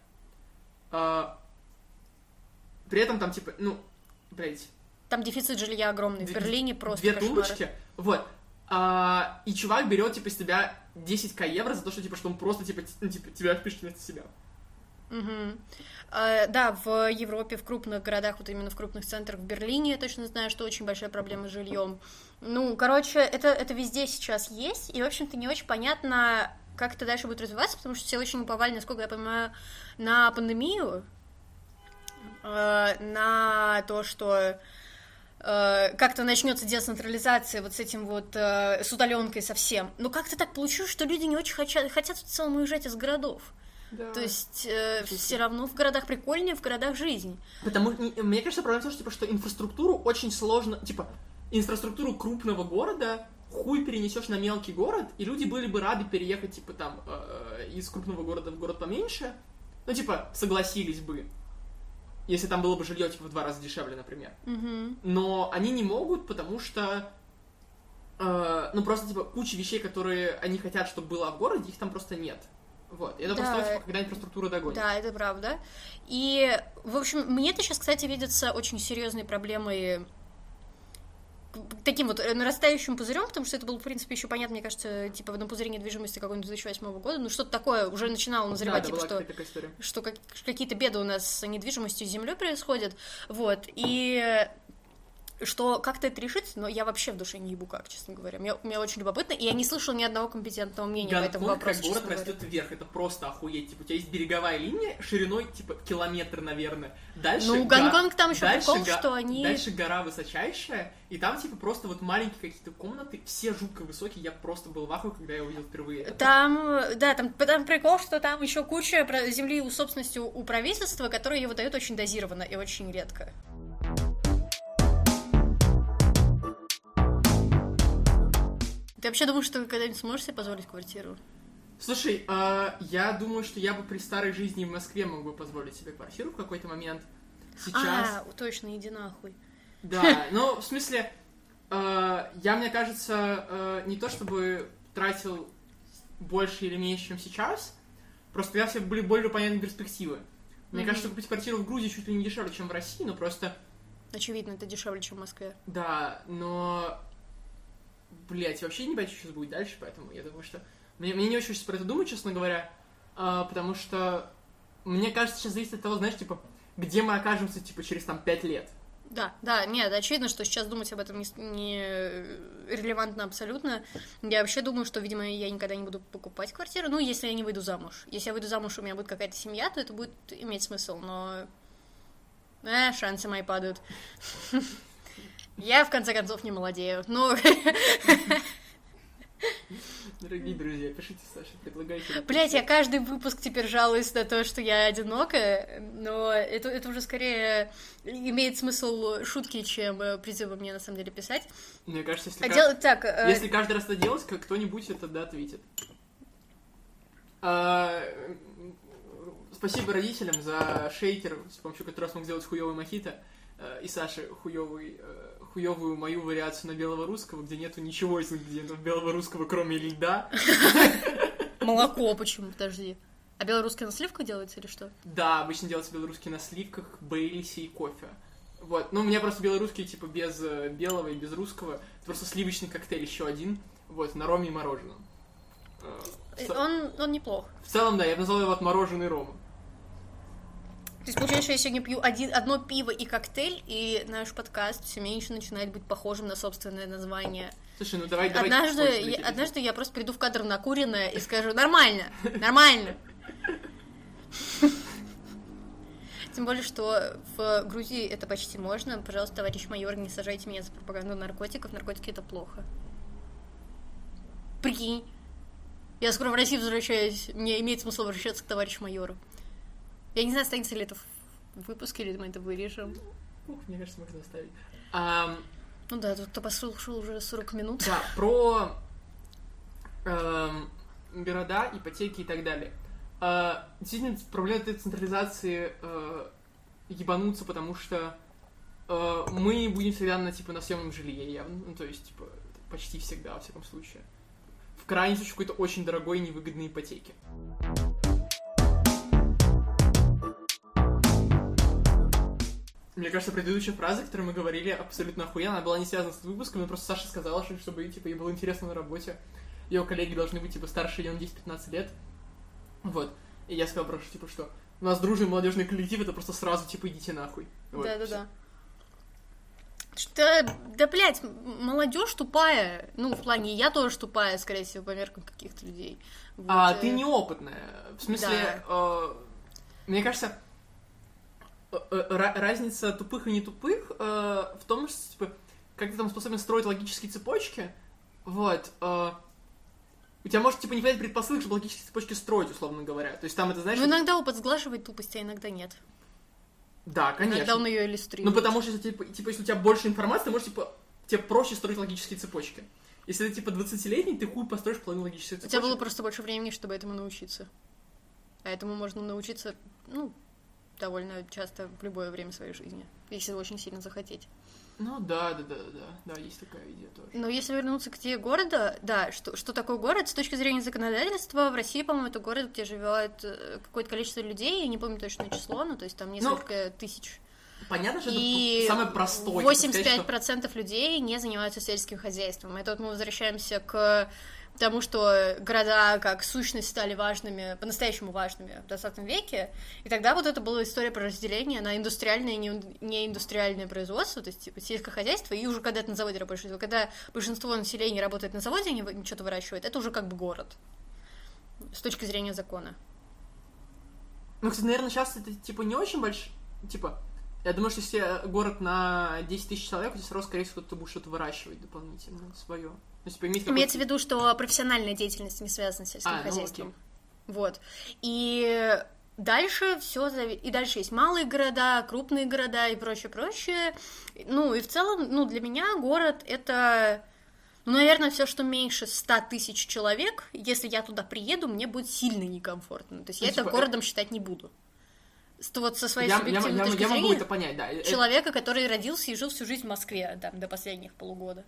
При этом там, типа, ну, блядь... Там дефицит жилья огромный. В Берлине просто 2 кошмар. тумбочки. Вот. И чувак берет, типа, с тебя 10к евро за то, что, типа, что он просто, типа, тебя впишет вместо себя. Да, в Европе, в крупных городах, вот именно в крупных центрах, в Берлине, я точно знаю, что очень большая проблема с жильем. Ну, короче, это везде сейчас есть, и, в общем-то, не очень понятно, как это дальше будет развиваться, потому что все очень уповали, насколько я понимаю, на пандемию, на то, что как-то начнется децентрализация вот с этим вот, с удаленкой совсем. Но как-то так получилось, что люди не очень хотят в целом уезжать из городов. Да. То есть все равно в городах прикольнее, в городах жизнь. Мне кажется, проблема в том, что, типа, что инфраструктуру очень сложно, типа, инфраструктуру крупного города хуй перенесешь на мелкий город, и люди были бы рады переехать, типа, там, из крупного города в город поменьше, ну, типа, согласились бы, если там было бы жилье, типа, в 2 раза дешевле, например. Но они не могут, потому что, ну, просто, типа, куча вещей, которые они хотят, чтобы было в городе, их там просто нет. Вот, и это просто, типа, когда инфраструктура догонит. Да, это правда. И, в общем, мне это сейчас, кстати, видится очень серьезной проблемой, таким вот нарастающим пузырем, потому что это было, в принципе, еще понятно, мне кажется, типа в одном пузыре недвижимости какого-нибудь 2008 года, ну что-то такое уже начинало назревать, да, типа, что какие-то беды у нас с недвижимостью и землей происходят, вот, и что как-то это решится, но я вообще в душе не ебу как, честно говоря. Мне очень любопытно, и я не слышала ни одного компетентного мнения по этому вопросу. Гонконг, как город растет вверх, это просто охуеть. Типа, у тебя есть береговая линия шириной, типа, километр, наверное. Дальше Гонконг там еще прикол, что они... Дальше гора высочайшая, и там, типа, просто вот маленькие какие-то комнаты, все жутко высокие, я просто был в ахуе, когда я увидел впервые. Там прикол, что там еще куча земли у собственности у правительства, которые ее выдают очень дозированно и очень редко. Ты вообще думаешь, что ты когда-нибудь сможешь себе позволить квартиру? Слушай, я думаю, что я бы при старой жизни в Москве мог бы позволить себе квартиру в какой-то момент. Сейчас... точно, иди нахуй. Да, ну, в смысле, я, мне кажется, не то чтобы тратил больше или меньше, чем сейчас, просто тогда все были более понятные перспективы. Мне кажется, купить квартиру в Грузии чуть ли не дешевле, чем в России, но просто... Очевидно, это дешевле, чем в Москве. Да, но... Блять, вообще не понятно, что сейчас будет дальше, поэтому я думаю, что... Мне не очень хочется про это думать, честно говоря, потому что, мне кажется, сейчас зависит от того, знаешь, типа, где мы окажемся, типа, через, там, 5 лет. Да, нет, очевидно, что сейчас думать об этом не релевантно абсолютно. Я вообще думаю, что, видимо, я никогда не буду покупать квартиру, ну, если я не выйду замуж. Если я выйду замуж, у меня будет какая-то семья, то это будет иметь смысл, но... шансы мои падают. Я, в конце концов, не молодею. Ну... Дорогие друзья, пишите Саше, предлагайте... Блять, я каждый выпуск теперь жалуюсь на то, что я одинокая, но это уже скорее имеет смысл шутки, чем призывы мне на самом деле писать. Мне кажется, если каждый раз это делать, кто-нибудь это да ответит. Спасибо родителям за шейкер, с помощью которого смог сделать хуёвый мохито, и Саше хуёвую мою вариацию на белого русского, где нету ничего из ингредиентов белого русского, кроме льда. Молоко почему? Подожди. А белорусский на сливках делается или что? Да, обычно делается белорусский на сливках, бейлисе и кофе. Вот, ну у меня просто белорусский, типа, без белого и без русского. Это просто сливочный коктейль еще один, вот, на роме и мороженом. Он неплох. В целом, да, я бы назвал его отмороженный ром. То есть, получается, что я сегодня пью одно пиво и коктейль, и наш подкаст все меньше начинает быть похожим на собственное название. Слушай, ну давай... Однажды я просто приду в кадр накуренная и скажу: нормально, нормально. Тем более, что в Грузии это почти можно. Пожалуйста, товарищ майор, не сажайте меня за пропаганду наркотиков. Наркотики — это плохо. Прикинь. Я скоро в Россию возвращаюсь. Мне имеет смысл возвращаться к товарищу майору. Я не знаю, останется ли это в выпуске, или мы это вырежем. Мне кажется, можно оставить. Ну да, тут кто послушал уже 40 минут. Да, про города, ипотеки и так далее. Действительно, проблема этой централизации ебануться, потому что мы будем всегда на съемном жилье явно. Ну, то есть, типа, почти всегда, во всяком случае. В крайнем случае, какой-то очень дорогой и невыгодной ипотеки. Мне кажется, предыдущая фраза, которую мы говорили, абсолютно охуенно. Она была не связана с выпуском, но просто Саша сказала, что чтобы типа, ей было интересно на работе. Ее коллеги должны быть типа старше ее на 10-15 лет. Вот. И я сказал просто, типа, что у нас дружный молодежный коллектив, это просто сразу, типа, идите нахуй. Вот, да. Что, да, блядь, молодежь тупая. Ну, в плане, я тоже тупая, скорее всего, по меркам каких-то людей. Вот. А ты неопытная. В смысле, да. Мне кажется, разница тупых и не тупых в том, что, типа, как ты там способен строить логические цепочки, вот, у тебя может, типа, не хватать предпосылок, чтобы логические цепочки строить, условно говоря. То есть там это, знаешь... Ну, иногда опыт сглаживает тупость, а иногда нет. Да, конечно. Иногда он ее иллюстрирует. Ну, потому что, типа, если у тебя больше информации, ты можешь, типа, тебе проще строить логические цепочки. Если ты, типа, 20-летний, ты хуй построишь половину логических цепочек. У тебя было просто больше времени, чтобы этому научиться. А этому можно научиться, ну, довольно часто в любое время своей жизни, если очень сильно захотеть. Ну, да, есть такая идея тоже. Но если вернуться к идее города, да, что такое город, с точки зрения законодательства, в России, по-моему, это город, где живет какое-то количество людей, я не помню точное число, ну, то есть там несколько тысяч. Понятно, что и это самое простое. 85% людей не занимаются сельским хозяйством. Это вот мы возвращаемся к тому, что города как сущность стали важными, по-настоящему важными в 20 веке, и тогда вот это была история про разделение на индустриальное и неиндустриальное производство, то есть типа сельское хозяйство, и уже когда ты на заводе работаешь, когда большинство населения работает на заводе, они что-то выращивают, это уже как бы город с точки зрения закона. Ну, кстати, наверное, сейчас это типа не очень большой, типа, я думаю, что если город на 10 тысяч человек, то все равно, скорее всего, кто-то будет что-то выращивать дополнительно свое. То есть, имеется в виду, что профессиональная деятельность не связана с сельским хозяйством. Ну, вот. И дальше и дальше есть малые города, крупные города и прочее. Ну, и в целом, ну, для меня город — это, ну, наверное, все, что меньше 100 тысяч человек. Если я туда приеду, мне будет сильно некомфортно. То есть, я это городом считать не буду. Вот со своей субъективной точки зрения, могу это понять, да. Человека, который родился и жил всю жизнь в Москве, там, до последних полугода.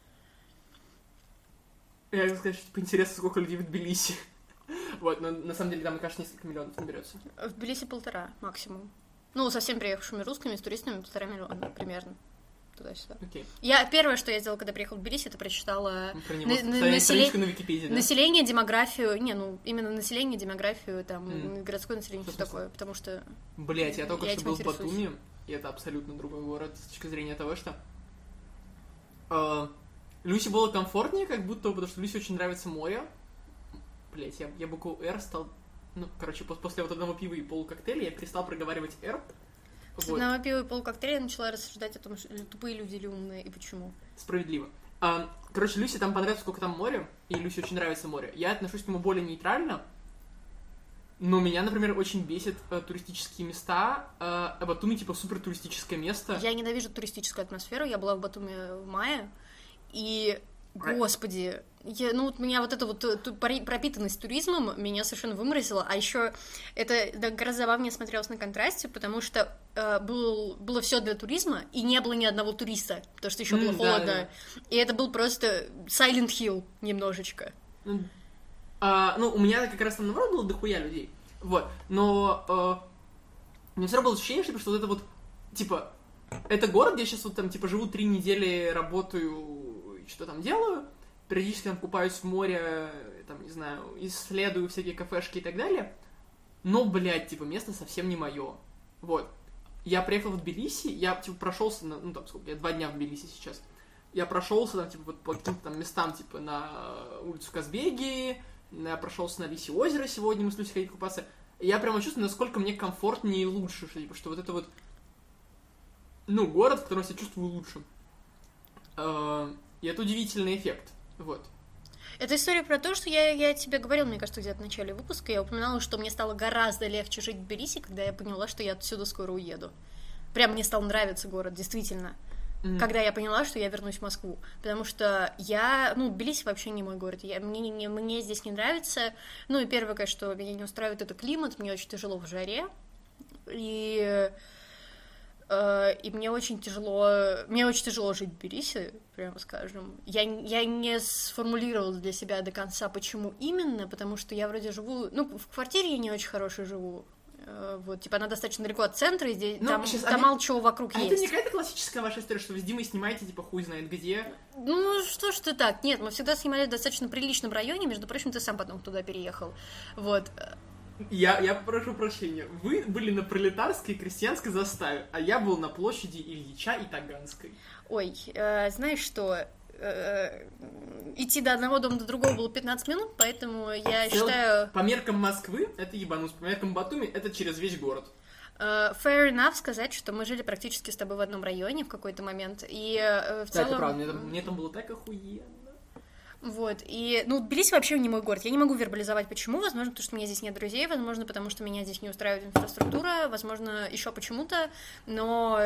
Я хотел сказать, что типа, интересно, сколько людей в Тбилиси. Вот, но на самом деле там, мне кажется, несколько миллионов наберется. В Тбилиси 1,5 максимум. Ну, со всеми приехавшими русскими, с туристами 1,5 миллиона примерно. Туда-сюда. Okay. Первое, что я сделала, когда приехала в Тбилиси, это прочитала на Википедии, да? Население, демографию, именно население, демографию, там, городское население, что такое, потому что... Блять, я только что был в Батуми, и это абсолютно другой город с точки зрения того, что... Люси было комфортнее, как будто, потому что Люси очень нравится море. Блять, я букву «Р» стал... Ну, короче, после вот одного пива и полукоктейля я перестал проговаривать «Р». С одного пива и полукоктейля я начала рассуждать о том, что тупые люди или умные, и почему. Справедливо. Короче, Люси там понравится, сколько там море, и Люси очень нравится море. Я отношусь к нему более нейтрально, но меня, например, очень бесит туристические места. Батуми, типа, супер туристическое место. Я ненавижу туристическую атмосферу. Я была в Батуми в мае, и, господи, меня вот эта вот пропитанность туризмом меня совершенно выморозила, а еще это гораздо забавнее смотрелось на контрасте, потому что было все для туризма, и не было ни одного туриста, потому что еще было холодно, да. И это был просто Silent Hill немножечко. У меня как раз там наоборот было дохуя людей. Вот. Но у меня все равно было ощущение, что вот это вот, типа, это город, где я сейчас вот там, типа, живу 3 недели, работаю, что там делаю, периодически там купаюсь в море, там, не знаю, исследую всякие кафешки и так далее, но, блядь, типа, место совсем не мое. Вот. Я приехал в Тбилиси, я, типа, прошелся, ну, там, сколько, я 2 дня в Тбилиси сейчас. Я прошелся, там, типа, вот по каким-то там местам, типа, на улицу Казбеги, я прошелся на Лисе озеро сегодня, мы с Люсей ходили купаться. И я прямо чувствую, насколько мне комфортнее и лучше, что, типа, что вот это вот, ну, город, в котором я себя чувствую лучше. И это удивительный эффект, вот. Это история про то, что я тебе говорила, мне кажется, где-то в начале выпуска, я упоминала, что мне стало гораздо легче жить в Тбилиси, когда я поняла, что я отсюда скоро уеду. Прям мне стал нравиться город, действительно. Когда я поняла, что я вернусь в Москву. Потому что Тбилиси вообще не мой город. Мне здесь не нравится. Ну, и первое, конечно, что меня не устраивает, это климат. Мне очень тяжело в жаре. И мне очень тяжело жить в Тбилиси, прямо скажем. Я не сформулировала для себя до конца, почему именно, потому что я вроде живу... Ну, в квартире я не очень хорошо живу. Вот, типа, она достаточно далеко от центра, и здесь, там мало чего вокруг есть. Это не какая-то классическая ваша история, что вы с Димой снимаете, типа, хуй знает где? Ну, что ж ты так? Нет, мы всегда снимали в достаточно приличном районе, между прочим, ты сам потом туда переехал. Вот. Я прошу прощения. Вы были на Пролетарской и Крестьянской заставе, а я был на площади Ильича и Таганской. Ой, знаешь что... идти до одного дома до другого было 15 минут, поэтому я считаю... По меркам Москвы это ебанус, по меркам Батуми это через весь город. Fair enough сказать, что мы жили практически с тобой в одном районе в какой-то момент, и в целом... Да, это правда, мне там было так охуенно. Вот, и, Тбилиси вообще не мой город, я не могу вербализовать, почему, возможно, потому что у меня здесь нет друзей, возможно, потому что меня здесь не устраивает инфраструктура, возможно, еще почему-то, но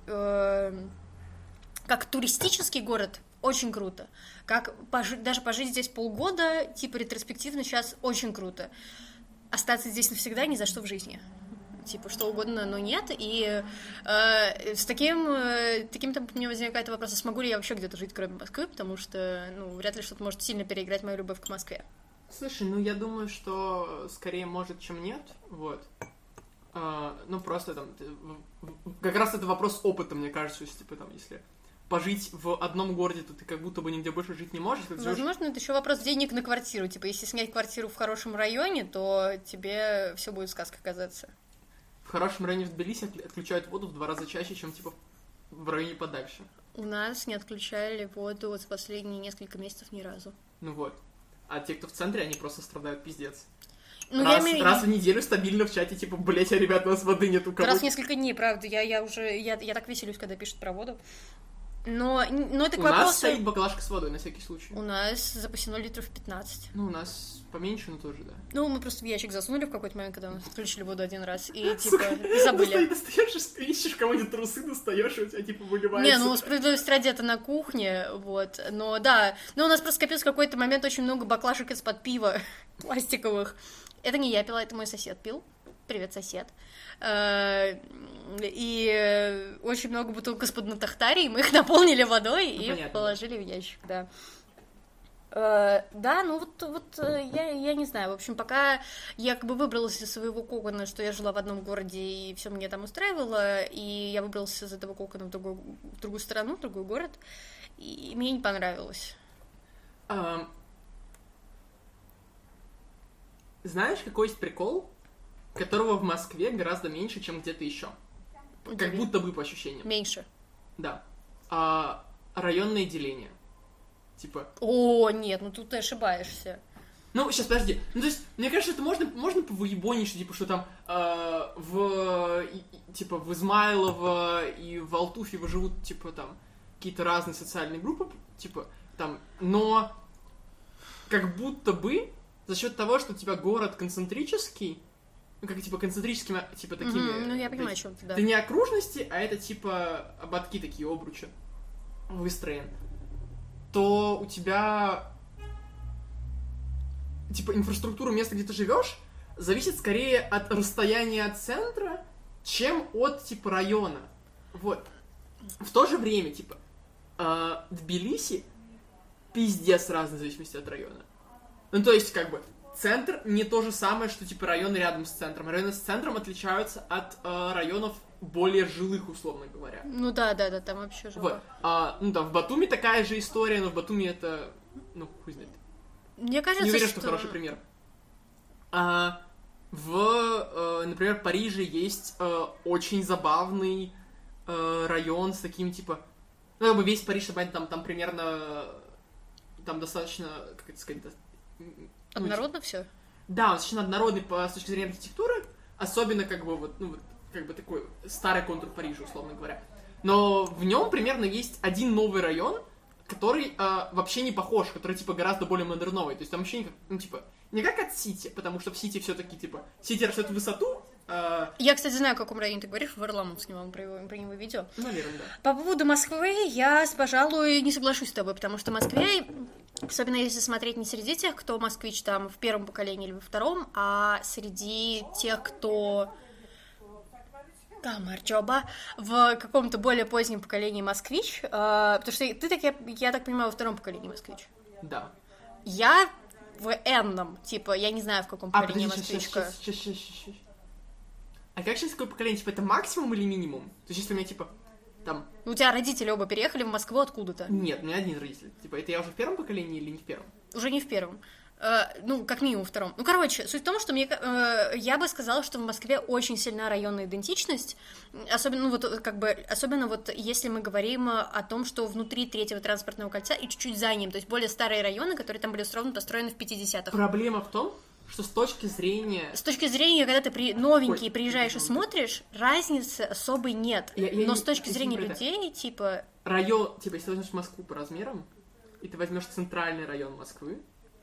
как туристический город очень круто, как даже пожить здесь полгода, типа, ретроспективно сейчас очень круто, остаться здесь навсегда ни за что в жизни. Типа, что угодно, но нет, и с таким темпом у меня возникает вопрос, а смогу ли я вообще где-то жить, кроме Москвы, потому что, вряд ли что-то может сильно переиграть мою любовь к Москве. Слушай, я думаю, что скорее может, чем нет, вот. Просто там, как раз это вопрос опыта, мне кажется, если пожить в одном городе, то ты как будто бы нигде больше жить не можешь. Возможно, это еще вопрос денег на квартиру, типа, если снять квартиру в хорошем районе, то тебе все будет сказка казаться. В хорошем районе в Тбилиси отключают воду в 2 раза чаще, чем, типа, в районе подальше. У нас не отключали воду вот за последние несколько месяцев ни разу. Ну вот. А те, кто в центре, они просто страдают пиздец. Раз в неделю стабильно в чате, типа, блять, ребят, у нас воды нет у кого. Раз в несколько дней, правда. Я так веселюсь, когда пишут про воду. Но это к вопросу... У нас стоит баклажка с водой, на всякий случай. У нас запасено литров 15. У нас поменьше, но тоже, да. Мы просто в ящик засунули в какой-то момент, когда мы включили воду один раз, и, типа, забыли. Ты достаешь, ищешь кого-нибудь трусы, достаешь, и у тебя, типа, выливается. Не, справедливости ради, это на кухне, вот, но да. Но у нас просто скопилось в какой-то момент очень много баклажек из-под пива пластиковых. Это не я пила, это мой сосед пил. Привет, сосед. И очень много бутылок из-под Натахтарии, мы их наполнили водой и понятно. Положили в ящик, да. Я не знаю, в общем, пока я как бы выбралась из своего кокона, что я жила в одном городе, и все меня там устраивало, и я выбралась из этого кокона в другую страну, в другой город, и мне не понравилось. Знаешь, какой есть прикол, которого в Москве гораздо меньше, чем где-то еще? Как будто бы по ощущениям. Меньше. Да. Районное деление. Типа... О, нет, тут ты ошибаешься. Сейчас, подожди. То есть, мне кажется, это можно повыебонить, что, типа, что там в Измайлово и в Алтуфьево живут, типа, там, какие-то разные социальные группы, типа, там, но как будто бы за счет того, что у тебя город концентрический, концентрическими, такими... я понимаю, о чем ты, да. Это не окружности, а это, типа, ободки такие, обручи выстроен. То у тебя, типа, инфраструктура места, где ты живешь, зависит скорее от расстояния от центра, чем от, типа, района. Вот. В то же время, типа, Тбилиси пиздец разный в зависимости от района. То есть, как бы, центр не то же самое, что, типа, районы рядом с центром. Районы с центром отличаются от районов более жилых, условно говоря. Ну да, там вообще жило. Вот. В Батуми такая же история, но в Батуми это... хуй знает. Мне кажется, Не уверен, что хороший пример. Например, в Париже есть очень забавный район с таким, типа... весь Париж, там примерно... Там достаточно, как это сказать... Однородно все? Да, он достаточно однородный с точки зрения архитектуры. Особенно, такой старый контур Парижа, условно говоря. Но в нем примерно есть один новый район, который вообще не похож, который, типа, гораздо более модерновый. То есть там вообще не как от Сити, потому что в Сити все-таки, типа, Сити растет в высоту. Я, кстати, знаю, о каком районе ты говоришь, в Варламов снимал про него видео. Наверное, да. По поводу Москвы я, пожалуй, не соглашусь с тобой, потому что в Москве, особенно если смотреть не среди тех, кто москвич там в первом поколении или во втором, а среди тех, кто... Да, Марчоба, в каком-то более позднем поколении москвич, потому что ты, я так понимаю, во втором поколении москвич. Да. Я в энном, типа, я не знаю, в каком поколении москвичка. Сейчас. А как сейчас какое поколение? Типа, это максимум или минимум? То есть, если у меня, типа, там... У тебя родители оба переехали в Москву откуда-то? Нет, у меня один родитель. Типа, это я уже в первом поколении или не в первом? Уже не в первом. Как минимум втором. Короче, суть в том, что я бы сказала, что в Москве очень сильна районная идентичность, особенно если мы говорим о том, что внутри третьего транспортного кольца и чуть-чуть за ним, то есть более старые районы, которые там были построены в 50-х. Проблема в том, что с точки зрения, когда ты новенький приезжаешь и смотришь, разницы особой нет. Но с точки зрения людей, типа... Район, типа, если ты возьмешь Москву по размерам, и ты возьмешь центральный район Москвы,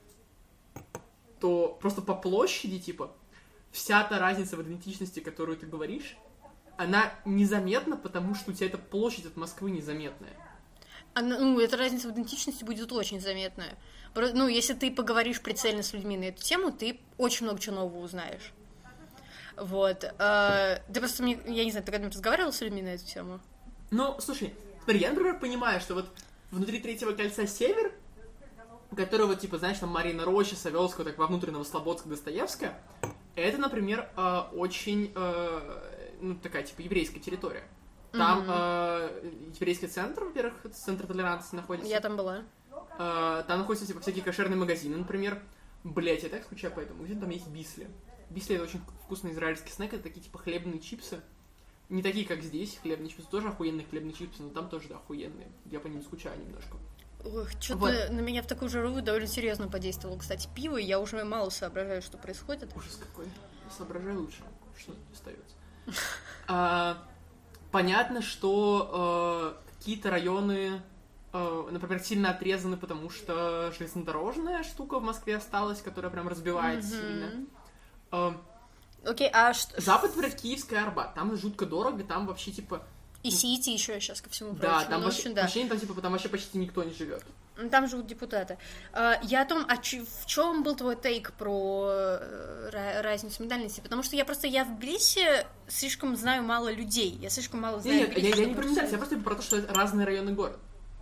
то просто по площади, типа, вся та разница в идентичности, которую ты говоришь, она незаметна, потому что у тебя эта площадь от Москвы незаметная. Эта разница в идентичности будет очень заметная. Если ты поговоришь прицельно с людьми на эту тему, ты очень много чего нового узнаешь. Вот. Ты просто я не знаю, ты когда-нибудь разговаривал с людьми на эту тему? Слушай, смотри, я, например, понимаю, что вот внутри третьего кольца север, которого, типа, знаешь, там Марина Роща, Савеловского, так во внутреннего Слободска, Достоевская, это, например, очень, такая, типа, еврейская территория. Там еврейский центр, во-первых, центр толерантности находится. Я там была. Там находятся, типа, всякие кошерные магазины, например. Блять, я так скучаю по этому. Где-то там есть бисли. Бисли — это очень вкусный израильский снэк, это такие, типа, хлебные чипсы. Не такие, как здесь, хлебные чипсы. Тоже охуенные хлебные чипсы, но там тоже, да, охуенные. Я по ним скучаю немножко. Ох, что-то на меня в такую жару довольно серьезно подействовало, кстати, пиво, и я уже мало соображаю, что происходит. Ужас какой. Соображаю лучше, что остается. Понятно, что какие-то районы, например, сильно отрезаны, потому что железнодорожная штука в Москве осталась, которая прям разбивает сильно. Окей, Запад, например, Киевская Арбат. Там жутко дорого, там вообще, типа... И Сити еще сейчас ко всему прочему. Да, там вообще почти никто не живет. Там живут депутаты. Я о том, в чем был твой тейк про разницу ментальности? Потому что я в Тбилиси слишком знаю мало людей. Я слишком мало знаю... Нет, я не про ментальность, я просто про то, что это разные районы города.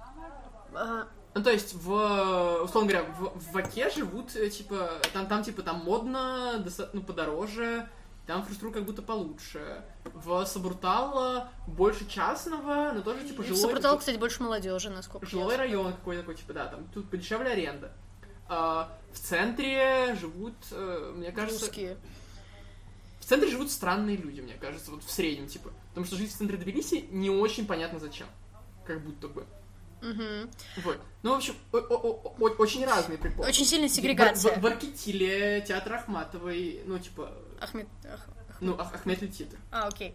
То есть, условно говоря, в Оке живут, типа, там модно, подороже, там инфраструктура как будто получше. В Сабуртало больше частного, но тоже, типа, жилой... В Сабуртало, кстати, больше молодежи, насколько жилой район какой-то такой, типа, да, там тут подешевле аренда. В центре живут, мне кажется... Русские. В центре живут странные люди, мне кажется, вот в среднем, типа. Потому что жить в центре Тбилиси не очень понятно зачем. Как будто бы. Вот. В общем, очень разные приколы. Очень сильная сегрегация. В Аркетиле, театр Ахматовой, Ахмет Летитр. Окей.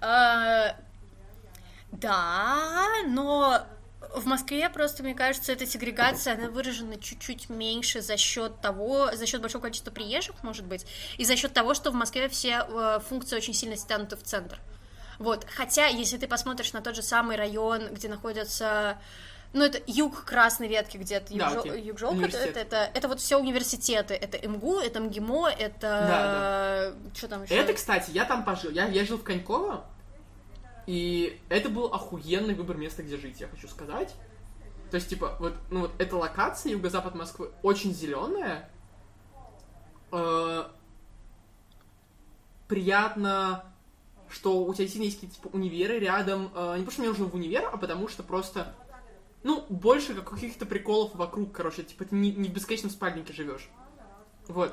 Да, но в Москве просто, мне кажется, эта сегрегация, она выражена чуть-чуть меньше за счет большого количества приезжих, может быть, и за счет того, что в Москве все функции очень сильно стянуты в центр. Вот. Хотя, если ты посмотришь на тот же самый район, где находятся... это юг Красной Ветки, где-то юг-желка, это вот все университеты. Это МГУ, это МГИМО, это... Что там еще? Это, кстати, я там пожил. Я жил в Коньково, и это был охуенный выбор места, где жить, я хочу сказать. То есть, типа, эта локация, юго-запад Москвы, очень зеленая, приятно, что у тебя действительно есть какие-то, типа, универы рядом. Не потому что мне нужно в универ, а потому что просто, ну, больше каких-то приколов вокруг, короче. Типа, ты не в бесконечном спальнике живешь. Вот.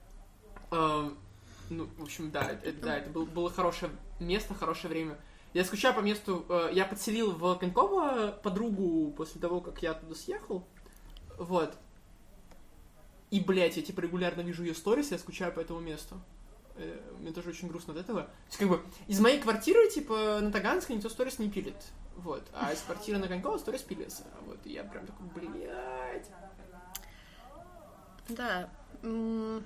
Ну, в общем, да, это было хорошее место, хорошее время. Я скучаю по месту. Я подселил в Коньково подругу после того, как я оттуда съехал. Вот. И, блядь, я, типа, регулярно вижу ее сторис, я скучаю по этому месту. Мне тоже очень грустно от этого. То есть, как бы, из моей квартиры, типа, на Таганской никто сторис не пилит. Вот. А из квартиры на Коньково сторис пилится. Вот. И я прям такой, блядь. Да. Ну,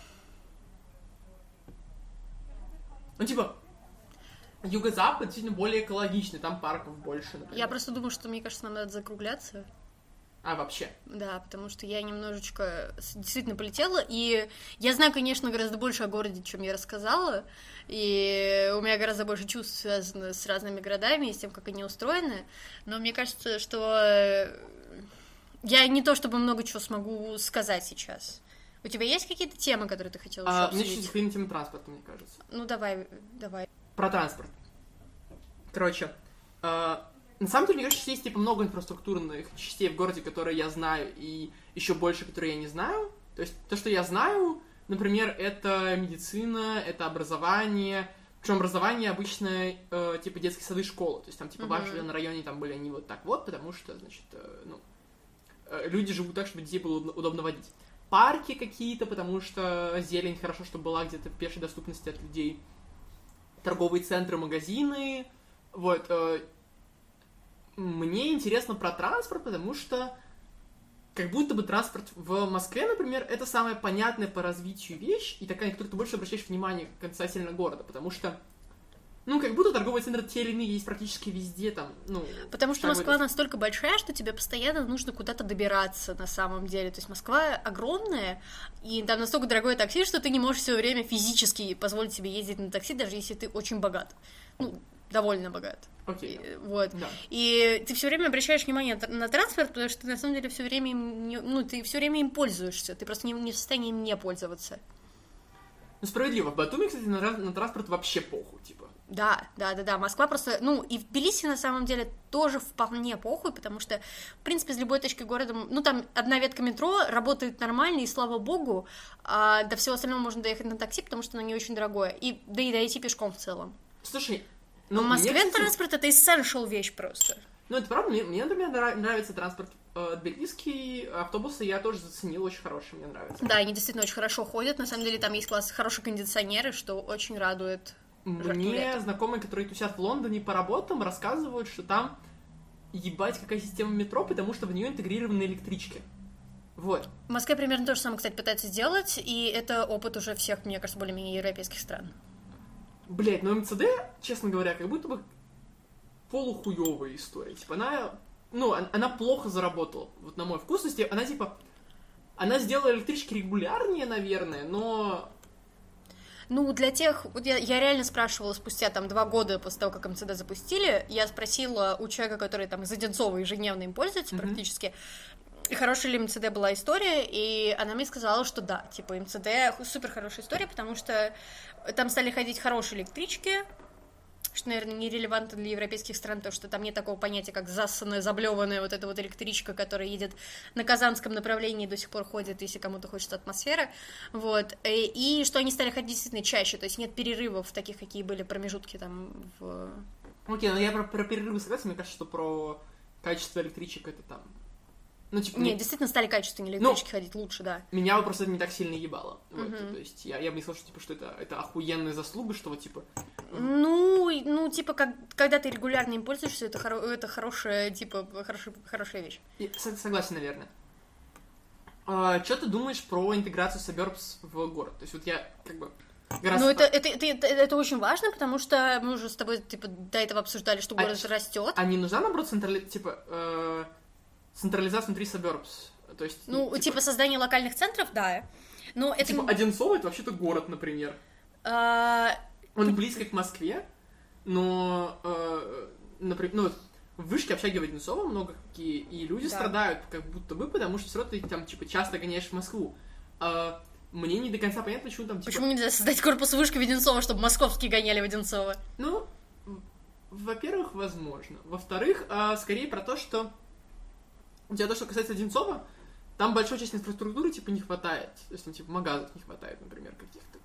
типа, юго-запад действительно более экологичный, там парков больше, например. Я просто думаю, что, мне кажется, нам надо закругляться. А, вообще? Да, потому что я немножечко действительно полетела, и я знаю, конечно, гораздо больше о городе, чем я рассказала, и у меня гораздо больше чувств связано с разными городами и с тем, как они устроены, но мне кажется, что я не то чтобы много чего смогу сказать сейчас. У тебя есть какие-то темы, которые ты хотела еще обсудить? У меня еще есть тема транспорта, мне кажется. Ну, давай. Про транспорт. Короче, на самом деле, мне кажется, есть, типа, много инфраструктурных частей в городе, которые я знаю, и еще больше, которые я не знаю. То есть, то, что я знаю, например, это медицина, это образование. Причем образование обычно, типа, детские сады, школы. То есть, там, типа, в вашем районе там были они вот так вот, потому что, значит, люди живут так, чтобы детей было удобно водить. Парки какие-то, потому что зелень хорошо, чтобы была где-то в пешей доступности от людей. Торговые центры, магазины. Вот. Мне интересно про транспорт, потому что как будто бы транспорт в Москве, например, это самая понятная по развитию вещь, и такая, на которую ты больше обращаешь внимание касательно города, потому что, ну, как будто торговые центры те или иные есть практически везде, там, ну... Потому что Москва настолько большая, что тебе постоянно нужно куда-то добираться на самом деле. То есть Москва огромная, и там настолько дорогое такси, что ты не можешь все время физически позволить себе ездить на такси, даже если ты очень богат. Ну, довольно богат. Окей. Вот. Да. И ты все время обращаешь внимание на транспорт, потому что ты на самом деле все время ты все время им пользуешься. Ты просто не в состоянии им не пользоваться. Ну, справедливо. В Батуми, кстати, на транспорт вообще похуй, типа. Да. Москва просто... Ну, и в Тбилиси, на самом деле, тоже вполне похуй, потому что, в принципе, с любой точки города... Ну, там одна ветка метро работает нормально, и слава богу, а до всего остального можно доехать на такси, потому что оно не очень дорогое. И да и дойти пешком в целом. Слушай... Но в Москве мне, кстати, транспорт — это essential вещь просто. Ну, это правда. Мне например, нравится транспорт тбилисский. Автобусы я тоже заценил, очень хорошие, мне нравятся. Да, они действительно очень хорошо ходят. На самом деле там есть хорошие кондиционеры, что очень радует. Мне знакомые, которые тусят в Лондоне по работам, рассказывают, что там ебать какая система метро, потому что в нее интегрированы электрички. Вот. В Москве примерно то же самое, кстати, пытаются сделать, и это опыт уже всех, мне кажется, более-менее европейских стран. Блять, но МЦД, честно говоря, как будто бы полухуёвая история. Типа, она плохо заработала, вот на мой вкус. То есть, она сделала электрички регулярнее, наверное, но... Ну, для тех... Вот я реально спрашивала спустя там 2 года после того, как МЦД запустили, я спросила у человека, который там из Одинцова ежедневно им пользуется практически, хорошая ли МЦД была история, и она мне сказала, что да, типа, МЦД супер хорошая история, потому что там стали ходить хорошие электрички, что, наверное, нерелевантно для европейских стран, потому что там нет такого понятия, как зассанная, заблеванная вот эта вот электричка, которая едет на Казанском направлении, до сих пор ходит, если кому-то хочется атмосфера, вот, и что они стали ходить действительно чаще, то есть нет перерывов таких, какие были промежутки там в... Окей, но я про перерывы согласен, мне кажется, что про качество электричек это там... Ну, типа, нет, действительно стали качественные электрички ходить лучше, да. Меня просто это не так сильно ебало. Вот, то есть я бы не сказал, что, типа, что это охуенная заслуга, что вот, типа... Ну, типа, когда ты регулярно им пользуешься, это хорошая, типа, хорошая вещь. Согласен, наверное. Что ты думаешь про интеграцию suburbs в город? То есть вот я, как бы... Ну, это очень важно, потому что мы уже с тобой, типа, до этого обсуждали, что город растет. А не нужна, наоборот, централизация внутри suburbs? То есть, ну, типа создание локальных центров, да. Но это... Типа Одинцово — это вообще-то город, например. Он близко к Москве, но, например, в вышке общаги в Одинцово много какие, и люди страдают как будто бы, потому что все равно ты там, типа, часто гоняешь в Москву. мне не до конца понятно, почему там, типа... Почему нельзя создать корпус вышки Воденцова, чтобы московские гоняли Воденцова? Ну, во-первых, возможно. Во-вторых, скорее про то, что... У тебя то, что касается Одинцова, там большой части инфраструктуры, типа, не хватает. То есть, там, типа, магазов не хватает, например, каких-то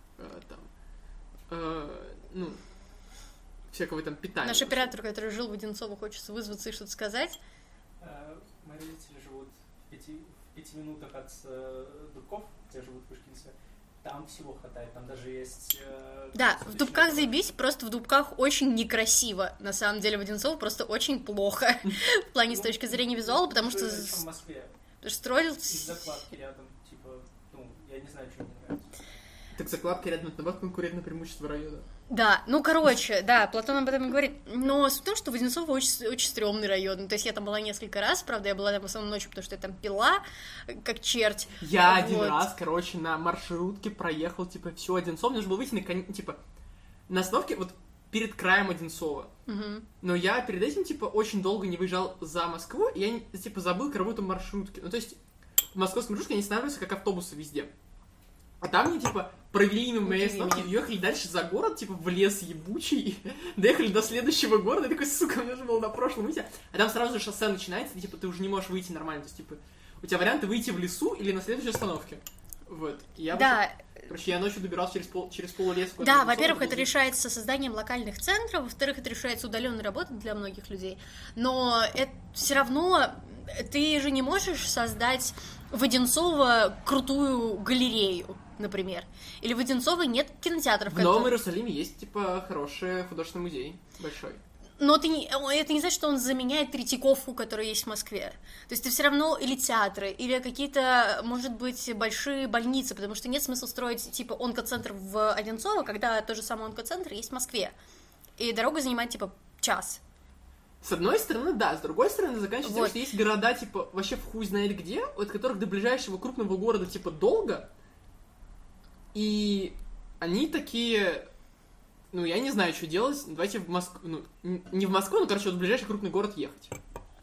там... всякого там питания. Наш оператор, который жил в Одинцово, хочется вызваться и что-то сказать. Мои родители живут в 5 минутах от Дубков, где живут вышкинцы. Там всего хватает, там даже есть... Да, в Дубках заебись, просто в Дубках очень некрасиво. На самом деле в Одинцово просто очень плохо в плане с точки зрения визуала, потому что... в Москве. Строился... И закладки рядом, типа, я не знаю, что мне нравится. Так закладки рядом, это наоборот конкурентное преимущество района. Да, да, Платон об этом и говорит. Но суть в том, что Воденцово очень стрёмный район. То есть я там была несколько раз, правда, я была там в основном ночью, потому что я там пила, как черт. Я один раз, на маршрутке проехал, типа, всю Одинцово, мне нужно было выйти на остановке, вот, перед краем Одинцова. Угу. Но я перед этим, типа, очень долго не выезжал за Москву, и я, типа, забыл про работу маршрутки. Ну, то есть, в московской маршрутке они останавливаются, как автобусы везде. А там мне, типа, провели мимо моей остановки, уехали дальше за город, типа, в лес ебучий, доехали до следующего города, и такой, сука, мне нужно было на прошлом выйти. А там сразу же шоссе начинается, и, типа, ты уже не можешь выйти нормально, то есть, типа, у тебя варианты выйти в лесу или на следующей остановке. Вот. Короче, я ночью добирался через полулес. Да, во-первых, это решается созданием локальных центров, во-вторых, это решается удаленной работой для многих людей, но это все равно ты же не можешь создать в Одинцово крутую галерею, например. Или в Одинцово нет кинотеатров. В Новом Иерусалиме есть, типа, хороший художественный музей, большой. Но это не значит, что он заменяет Третьяковку, которая есть в Москве. То есть это все равно или театры, или какие-то, может быть, большие больницы, потому что нет смысла строить, типа, онкоцентр в Одинцово, когда тот же самый онкоцентр есть в Москве. И дорога занимает, типа, час. С одной стороны, да, с другой стороны, заканчивается тем, что есть города, типа, вообще в хуй знает где, от которых до ближайшего крупного города, типа, долго, и они такие, я не знаю, что делать, давайте в Москву, не в Москву, но, короче, вот в ближайший крупный город ехать.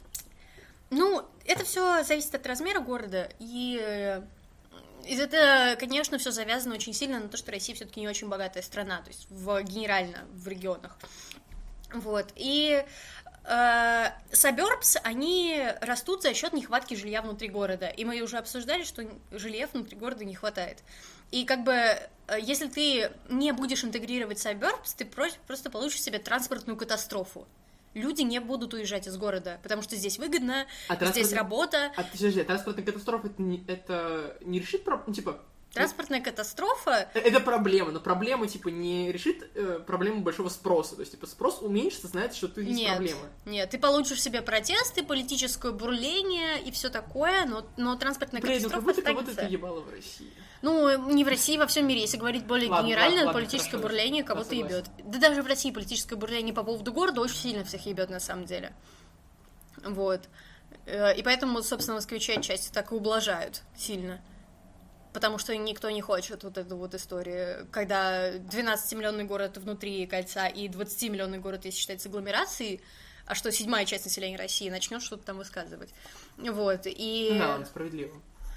Это все зависит от размера города, и это, конечно, все завязано очень сильно на то, что Россия все-таки не очень богатая страна, то есть генерально в регионах. Вот, и suburbs, они растут за счет нехватки жилья внутри города. И мы уже обсуждали, что жилья внутри города не хватает. И как бы, если ты не будешь интегрировать suburbs, ты просто получишь себе транспортную катастрофу. Люди не будут уезжать из города, потому что здесь выгодно, здесь работа. Подожди, транспортная катастрофа это не решит проблему, типа... Транспортная катастрофа... Это проблема, но проблема, типа, не решит проблему большого спроса. То есть, типа, спрос уменьшится, знает, что тут есть проблема. Нет, ты получишь себе протесты, политическое бурление и все такое, но транспортная катастрофа останется. Как будто ты ебала в России. Не в России, во всем мире. Если говорить более генерально, политическое бурление кого-то ебет. Да даже в России политическое бурление по поводу города очень сильно всех ебет на самом деле. Вот. И поэтому, собственно, москвичи отчасти так и ублажают сильно. Потому что никто не хочет вот эту вот историю, когда 12-миллионный город внутри кольца и 20-миллионный город, если считается агломерацией, а что 7-я часть населения России начнет что-то там высказывать. Вот, и... Да, справедливо.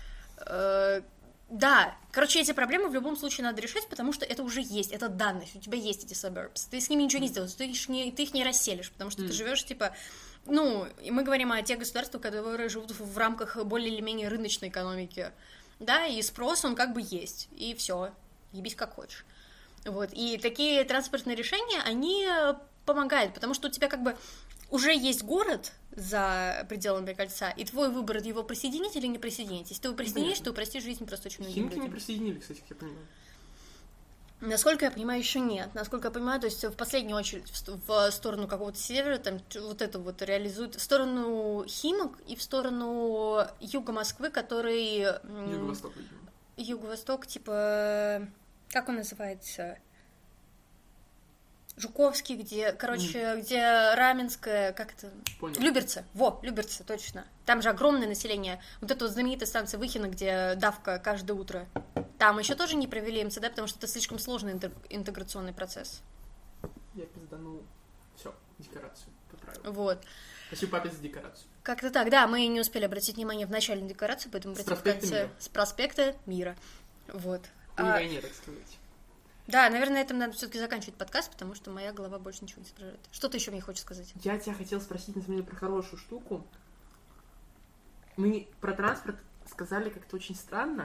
Да, короче, эти проблемы в любом случае надо решать, потому что это уже есть, это данность, у тебя есть эти suburbs, ты с ними ничего не сделаешь, ты их не расселишь, потому что ты живешь, типа... и мы говорим о тех государствах, которые живут в рамках более или менее рыночной экономики. Да, и спрос, он как бы есть, и все, ебись как хочешь. Вот, и такие транспортные решения, они помогают, потому что у тебя как бы уже есть город за пределами кольца, и твой выбор его присоединить или не присоединить. Если ты его присоединишь, ты упростишь жизнь просто очень многим людям. Химки не присоединили, кстати, как я понимаю. Насколько я понимаю, еще нет. Насколько я понимаю, то есть в последнюю очередь в сторону какого-то севера, там вот это вот реализуют, в сторону Химок и в сторону юга Москвы, который... Юго-восток, видимо. Юго-восток, типа... Как он называется? Жуковский, где, где Раменское, как это? Понял. Люберцы, Люберцы, точно. Там же огромное население. Вот эта вот знаменитая станция Выхино, где давка каждое утро. Там еще тоже не провели МЦД, потому что это слишком сложный интеграционный процесс. Я пизданул. Все, декорацию поправил. Вот. Спасибо папе за декорацию. Как-то так, да, мы не успели обратить внимание в начале на декорацию, поэтому обратим в конце. Мира. С проспекта Мира. Вот. При войне, так сказать. Да, наверное, на этом надо все-таки заканчивать подкаст, потому что моя голова больше ничего не соображает. Что ты еще мне хочешь сказать? Я тебя хотел спросить, на самом деле, про хорошую штуку. Мы про транспорт сказали как-то очень странно.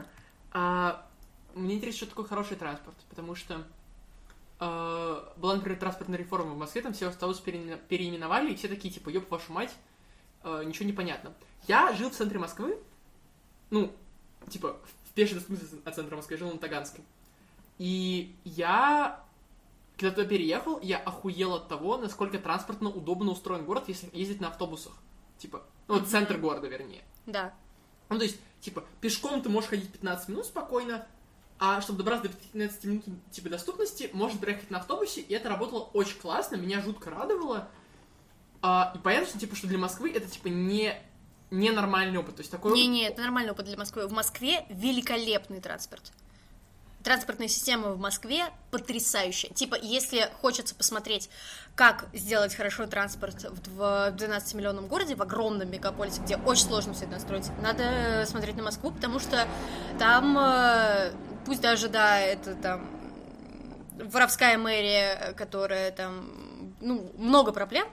Мне интересно, что такое хороший транспорт, потому что была, например, транспортная реформа в Москве, там все автобусы переименовали, и все такие, типа, ёб вашу мать, ничего не понятно. Я жил в центре Москвы, ну, типа, в пешей доступности от центра Москвы, я жил на Таганской. И я, когда туда переехал, я охуел от того, насколько транспортно удобно устроен город, если ездить на автобусах. Типа, ну, вот центр города, вернее. Да. Ну, то есть, типа, пешком ты можешь ходить 15 минут спокойно, а чтобы добраться до 15 минут, типа, доступности, можно проехать на автобусе, и это работало очень классно, меня жутко радовало. И понятно, что, типа, что для Москвы это, типа, не нормальный опыт. То есть, такой... Не, это нормальный опыт для Москвы. В Москве великолепный транспорт. Транспортная система в Москве потрясающая. Типа, если хочется посмотреть, как сделать хорошо транспорт в 12-миллионном городе, в огромном мегаполисе, где очень сложно все это настроить, надо смотреть на Москву, потому что там, пусть даже, да, это там воровская мэрия, которая там, ну, много проблем,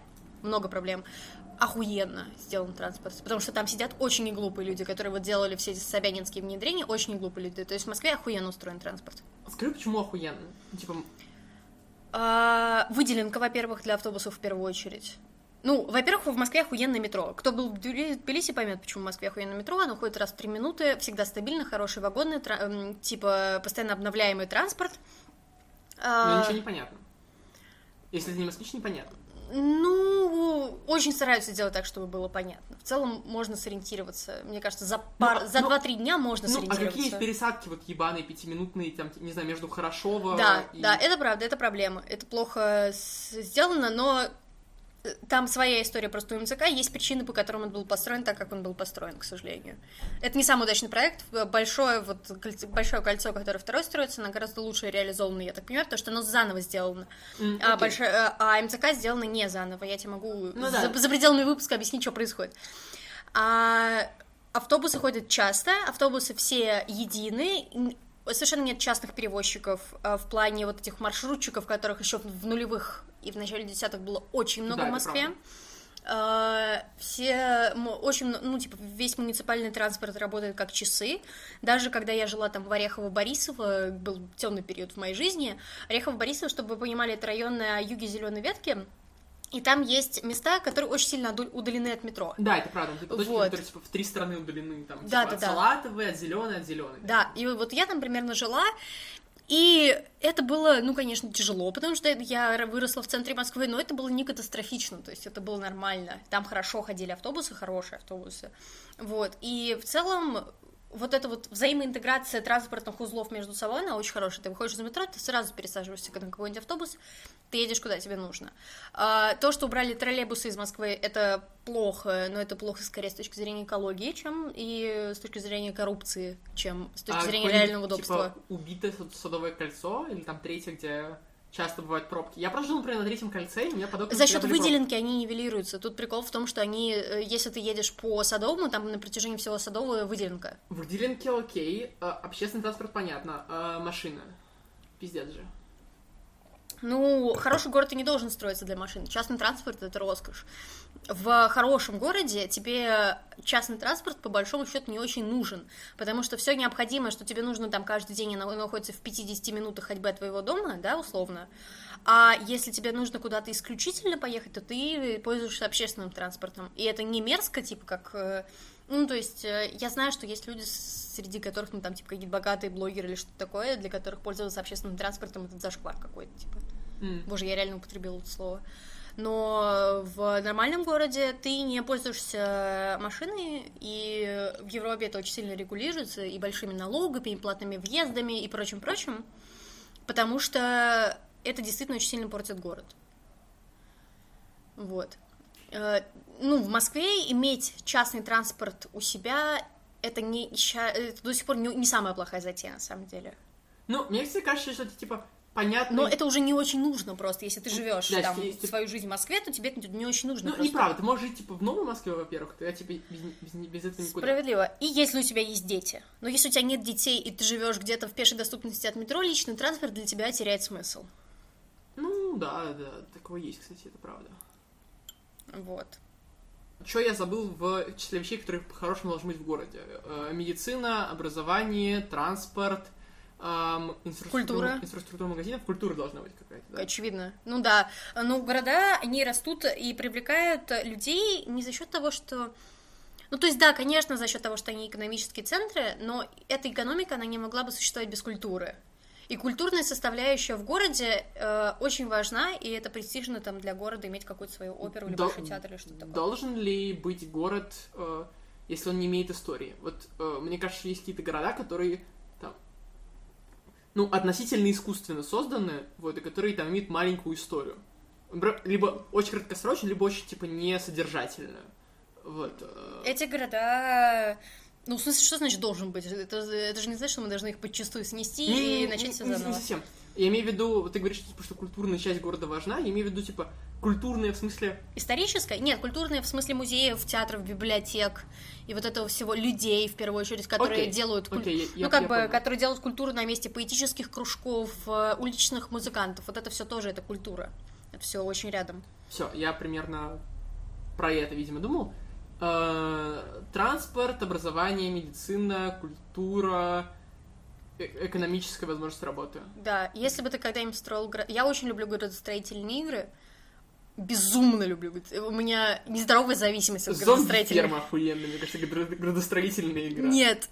охуенно сделан транспорт, потому что там сидят очень неглупые люди, которые вот делали все эти собянинские внедрения, очень неглупые люди, то есть в Москве охуенно устроен транспорт. Скажи, почему охуенно? Типа... Выделенка, во-первых, для автобусов в первую очередь. Ну, во-первых, в Москве охуенное метро. Кто был в Тбилиси, поймет, почему в Москве охуенное метро. Оно ходит раз в 3 минуты, всегда стабильно, хорошие вагоны, типа постоянно обновляемый транспорт. Но ничего не понятно. Если это не москвич, непонятно. Ну, очень стараются делать так, чтобы было понятно. В целом можно сориентироваться. Мне кажется, за 2-3 дня можно сориентироваться. А какие есть пересадки вот ебаные 5-минутные, там, не знаю, между Хорошово и... Да, это правда, это проблема. Это плохо сделано, но там своя история просто у МЦК. Есть причины, по которым он был построен так, как он был построен, к сожалению. Это не самый удачный проект. Большое кольцо, которое второе строится, оно гораздо лучше реализовано, я так понимаю, потому что оно заново сделано. А МЦК сделано не заново. Я тебе могу за пределами выпуска объяснить, что происходит. Автобусы ходят часто, автобусы все едины. Совершенно нет частных перевозчиков в плане вот этих маршрутчиков, которых еще в нулевых и в начале десятых было очень много в Москве. Весь муниципальный транспорт работает как часы. Даже когда я жила там в Орехово-Борисово, был темный период в моей жизни. Орехово-Борисово, чтобы вы понимали, это район на юге Зеленой Ветки. И там есть места, которые очень сильно удалены от метро. Да, это правда. Типа точки, которые типа в 3 стороны удалены. Там, да, типа, от Салатовой, от Зеленой, от Зеленой. Да, и вот я там примерно жила, и это было, ну, конечно, тяжело, потому что я выросла в центре Москвы, но это было не катастрофично, то есть это было нормально. Там хорошо ходили автобусы, хорошие автобусы. Вот, и в целом... Вот эта вот взаимоинтеграция транспортных узлов между собой, она очень хорошая. Ты выходишь из метро, ты сразу пересаживаешься на какой-нибудь автобус, ты едешь куда тебе нужно. То, что убрали троллейбусы из Москвы, это плохо, но это плохо скорее с точки зрения экологии, чем и с точки зрения коррупции, чем с точки зрения реального удобства. Типа убитое Садовое кольцо, или там третье, где... часто бывают пробки. Я просто жил, например, на 3-м кольце, и у меня под окнами... За счет выделенки они нивелируются. Тут прикол в том, что они, если ты едешь по Садовому, там на протяжении всего Садового выделенка. Выделенки окей, общественный транспорт понятно, машина. Пиздец же. Ну, хороший город и не должен строиться для машин. Частный транспорт — это роскошь. В хорошем городе тебе частный транспорт, по большому счету, не очень нужен, потому что все необходимое, что тебе нужно там каждый день, оно находится в 50 минутах ходьбы от твоего дома, да, условно. А если тебе нужно куда-то исключительно поехать, то ты пользуешься общественным транспортом. И это не мерзко, типа, как... Ну, то есть, я знаю, что есть люди, среди которых, ну, там, типа, какие-то богатые блогеры или что-то такое, для которых пользоваться общественным транспортом — это зашквар какой-то, типа. Боже, я реально употребила это слово. Но в нормальном городе ты не пользуешься машиной, и в Европе это очень сильно регулируется, и большими налогами, и платными въездами, и прочим-прочим, потому что это действительно очень сильно портит город. Вот. Ну, в Москве иметь частный транспорт у себя — это до сих пор не самая плохая затея, на самом деле. Ну, мне всегда кажется, что это, типа, понятный... Но это уже не очень нужно просто, если ты живешь Да, там если- свою жизнь в Москве, то тебе это не очень нужно Ну, просто. неправда, ты можешь жить, типа, в Новой Москве, во-первых, тогда тебе без этого никуда. Справедливо. И если у тебя есть дети. Но если у тебя нет детей, и ты живешь где-то в пешей доступности от метро, личный транспорт для тебя теряет смысл. Ну, да, такое есть, кстати, это правда. Вот. Что я забыл в числе вещей, которые по-хорошему должны быть в городе? Медицина, образование, транспорт, Культура. инфраструктура магазинов, культура должна быть какая-то, да? Очевидно. Ну да. Ну, города, они растут и привлекают людей не за счет того, что... Ну, то есть, да, конечно, за счет того, что они экономические центры, но эта экономика, она не могла бы существовать без культуры. И культурная составляющая в городе очень важна, и это престижно там для города иметь какую-то свою оперу или большой театр или что-то такое. Должен ли быть город, если он не имеет истории? Вот мне кажется, есть какие-то города, которые там, ну, относительно искусственно созданы, вот, и которые там имеют маленькую историю. Либо очень краткосрочную, либо очень, типа, несодержательную. Вот. Эти города... Ну, в смысле, что значит должен быть? Это же не значит, что мы должны их подчистую снести и начать все заново. Не совсем. Я имею в виду, вот ты говоришь, что культурная часть города важна, я имею в виду, типа, культурная в смысле... Историческая? Нет, культурная в смысле музеев, театров, библиотек и вот этого всего людей, в первую очередь, которые делают... которые делают культуру на месте поэтических кружков, уличных музыкантов. Вот это все тоже, это культура. Это все очень рядом. Все, я примерно про это, видимо, думал. Транспорт, образование, медицина, культура, экономическая возможность работы. Да, если бы ты когда-нибудь строил город... Я очень люблю градостроительные игры. Безумно люблю. У меня нездоровая зависимость от градостроительных. Зомби-ферма охуенная, мне кажется, градостроительная игра. Нет.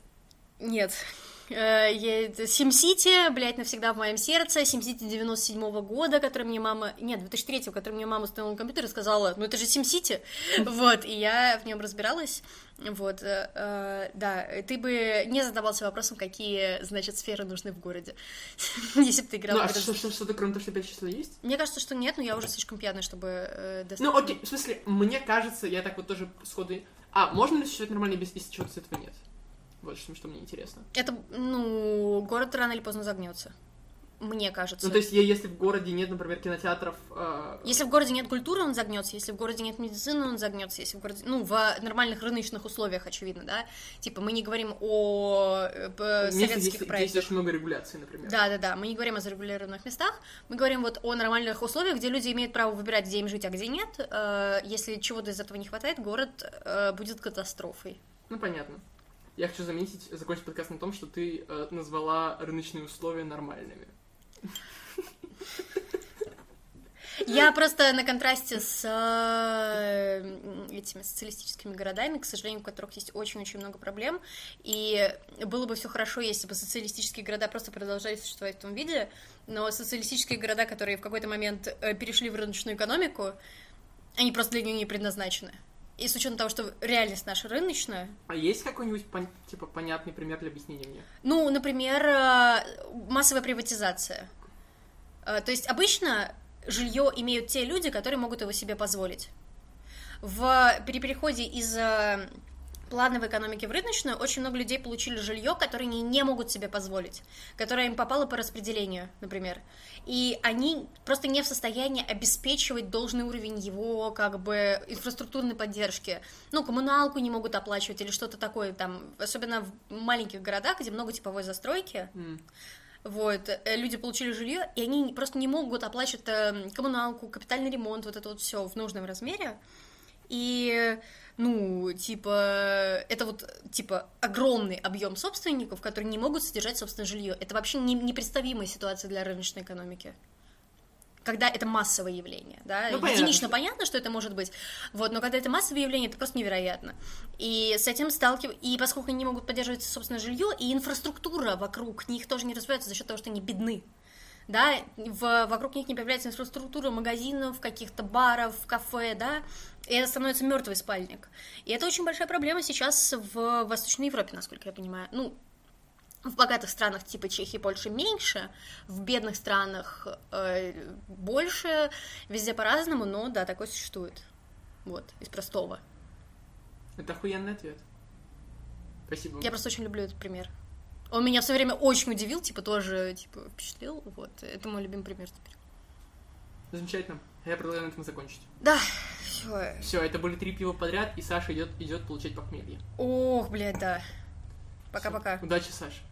SimCity, блядь, навсегда в моем сердце. SimCity 97-го года, который мне мама... Нет, 2003-го, который мне мама установила на компьютер и сказала, ну это же SimCity. Вот, и я в нем разбиралась. Вот, да, ты бы не задавался вопросом, какие, значит, сферы нужны в городе, если бы ты играл в городе. Что-то кроме того, что 5 числа есть? Мне кажется, что нет, но я уже слишком пьяная, чтобы... Ну, окей, в смысле, мне кажется, я так вот тоже сходу... можно ли существовать нормально, если чего-то с этого нет? Вот что мне интересно. Это, ну, город рано или поздно загнется. Мне кажется. Ну, то есть, если в городе нет, например, кинотеатров... Если в городе нет культуры, он загнется. Если в городе нет медицины, он загнется. Если в городе... Ну, в нормальных рыночных условиях, очевидно, да? Типа, мы не говорим о советских проектах. Здесь очень много регуляций, например. Да. Мы не говорим о зарегулированных местах. Мы говорим вот о нормальных условиях, где люди имеют право выбирать, где им жить, а где нет. Если чего-то из этого не хватает, город будет катастрофой. Ну, понятно. Я хочу закончить подкаст на том, что ты назвала рыночные условия нормальными. Я просто на контрасте с этими социалистическими городами, к сожалению, у которых есть очень-очень много проблем, и было бы все хорошо, если бы социалистические города просто продолжали существовать в том виде, но социалистические города, которые в какой-то момент перешли в рыночную экономику, они просто для нее не предназначены. И с учетом того, что реальность наша рыночная... А есть какой-нибудь, типа, понятный пример для объяснения мне? Ну, например, массовая приватизация. То есть обычно жилье имеют те люди, которые могут его себе позволить. При переходе из плановой экономики в рыночную очень много людей получили жилье, которое они не могут себе позволить, которое им попало по распределению, например. И они просто не в состоянии обеспечивать должный уровень его, как бы, инфраструктурной поддержки. Ну, коммуналку не могут оплачивать или что-то такое там, особенно в маленьких городах, где много типовой застройки. Вот, люди получили жилье, и они просто не могут оплачивать коммуналку, капитальный ремонт, вот это вот все в нужном размере. И, это вот, огромный объем собственников, которые не могут содержать собственное жилье. Это вообще непредставимая ситуация для рыночной экономики. Когда это массовое явление, да, единично понятно, что это может быть, вот, но когда это массовое явление, это просто невероятно. И с этим и поскольку они не могут поддерживать собственное жилье, и инфраструктура вокруг них тоже не развивается за счет того, что они бедны, да, вокруг них не появляется инфраструктура магазинов, каких-то баров, кафе, да, и это становится мертвый спальник. И это очень большая проблема сейчас в Восточной Европе, насколько я понимаю. В богатых странах типа Чехии, Польши меньше, в бедных странах больше, везде по-разному, но да, такое существует. Вот, из простого. Это охуенный ответ. Спасибо. Я просто очень люблю этот пример. Он меня все время очень удивил, типа, тоже, типа, впечатлил. Вот, это мой любимый пример теперь. Замечательно. Я предлагаю на этом закончить. Да, все. Все, это были 3 пива подряд, и Саша идет получать похмелье. Ох, блядь, да. Пока-пока. Удачи, Саша.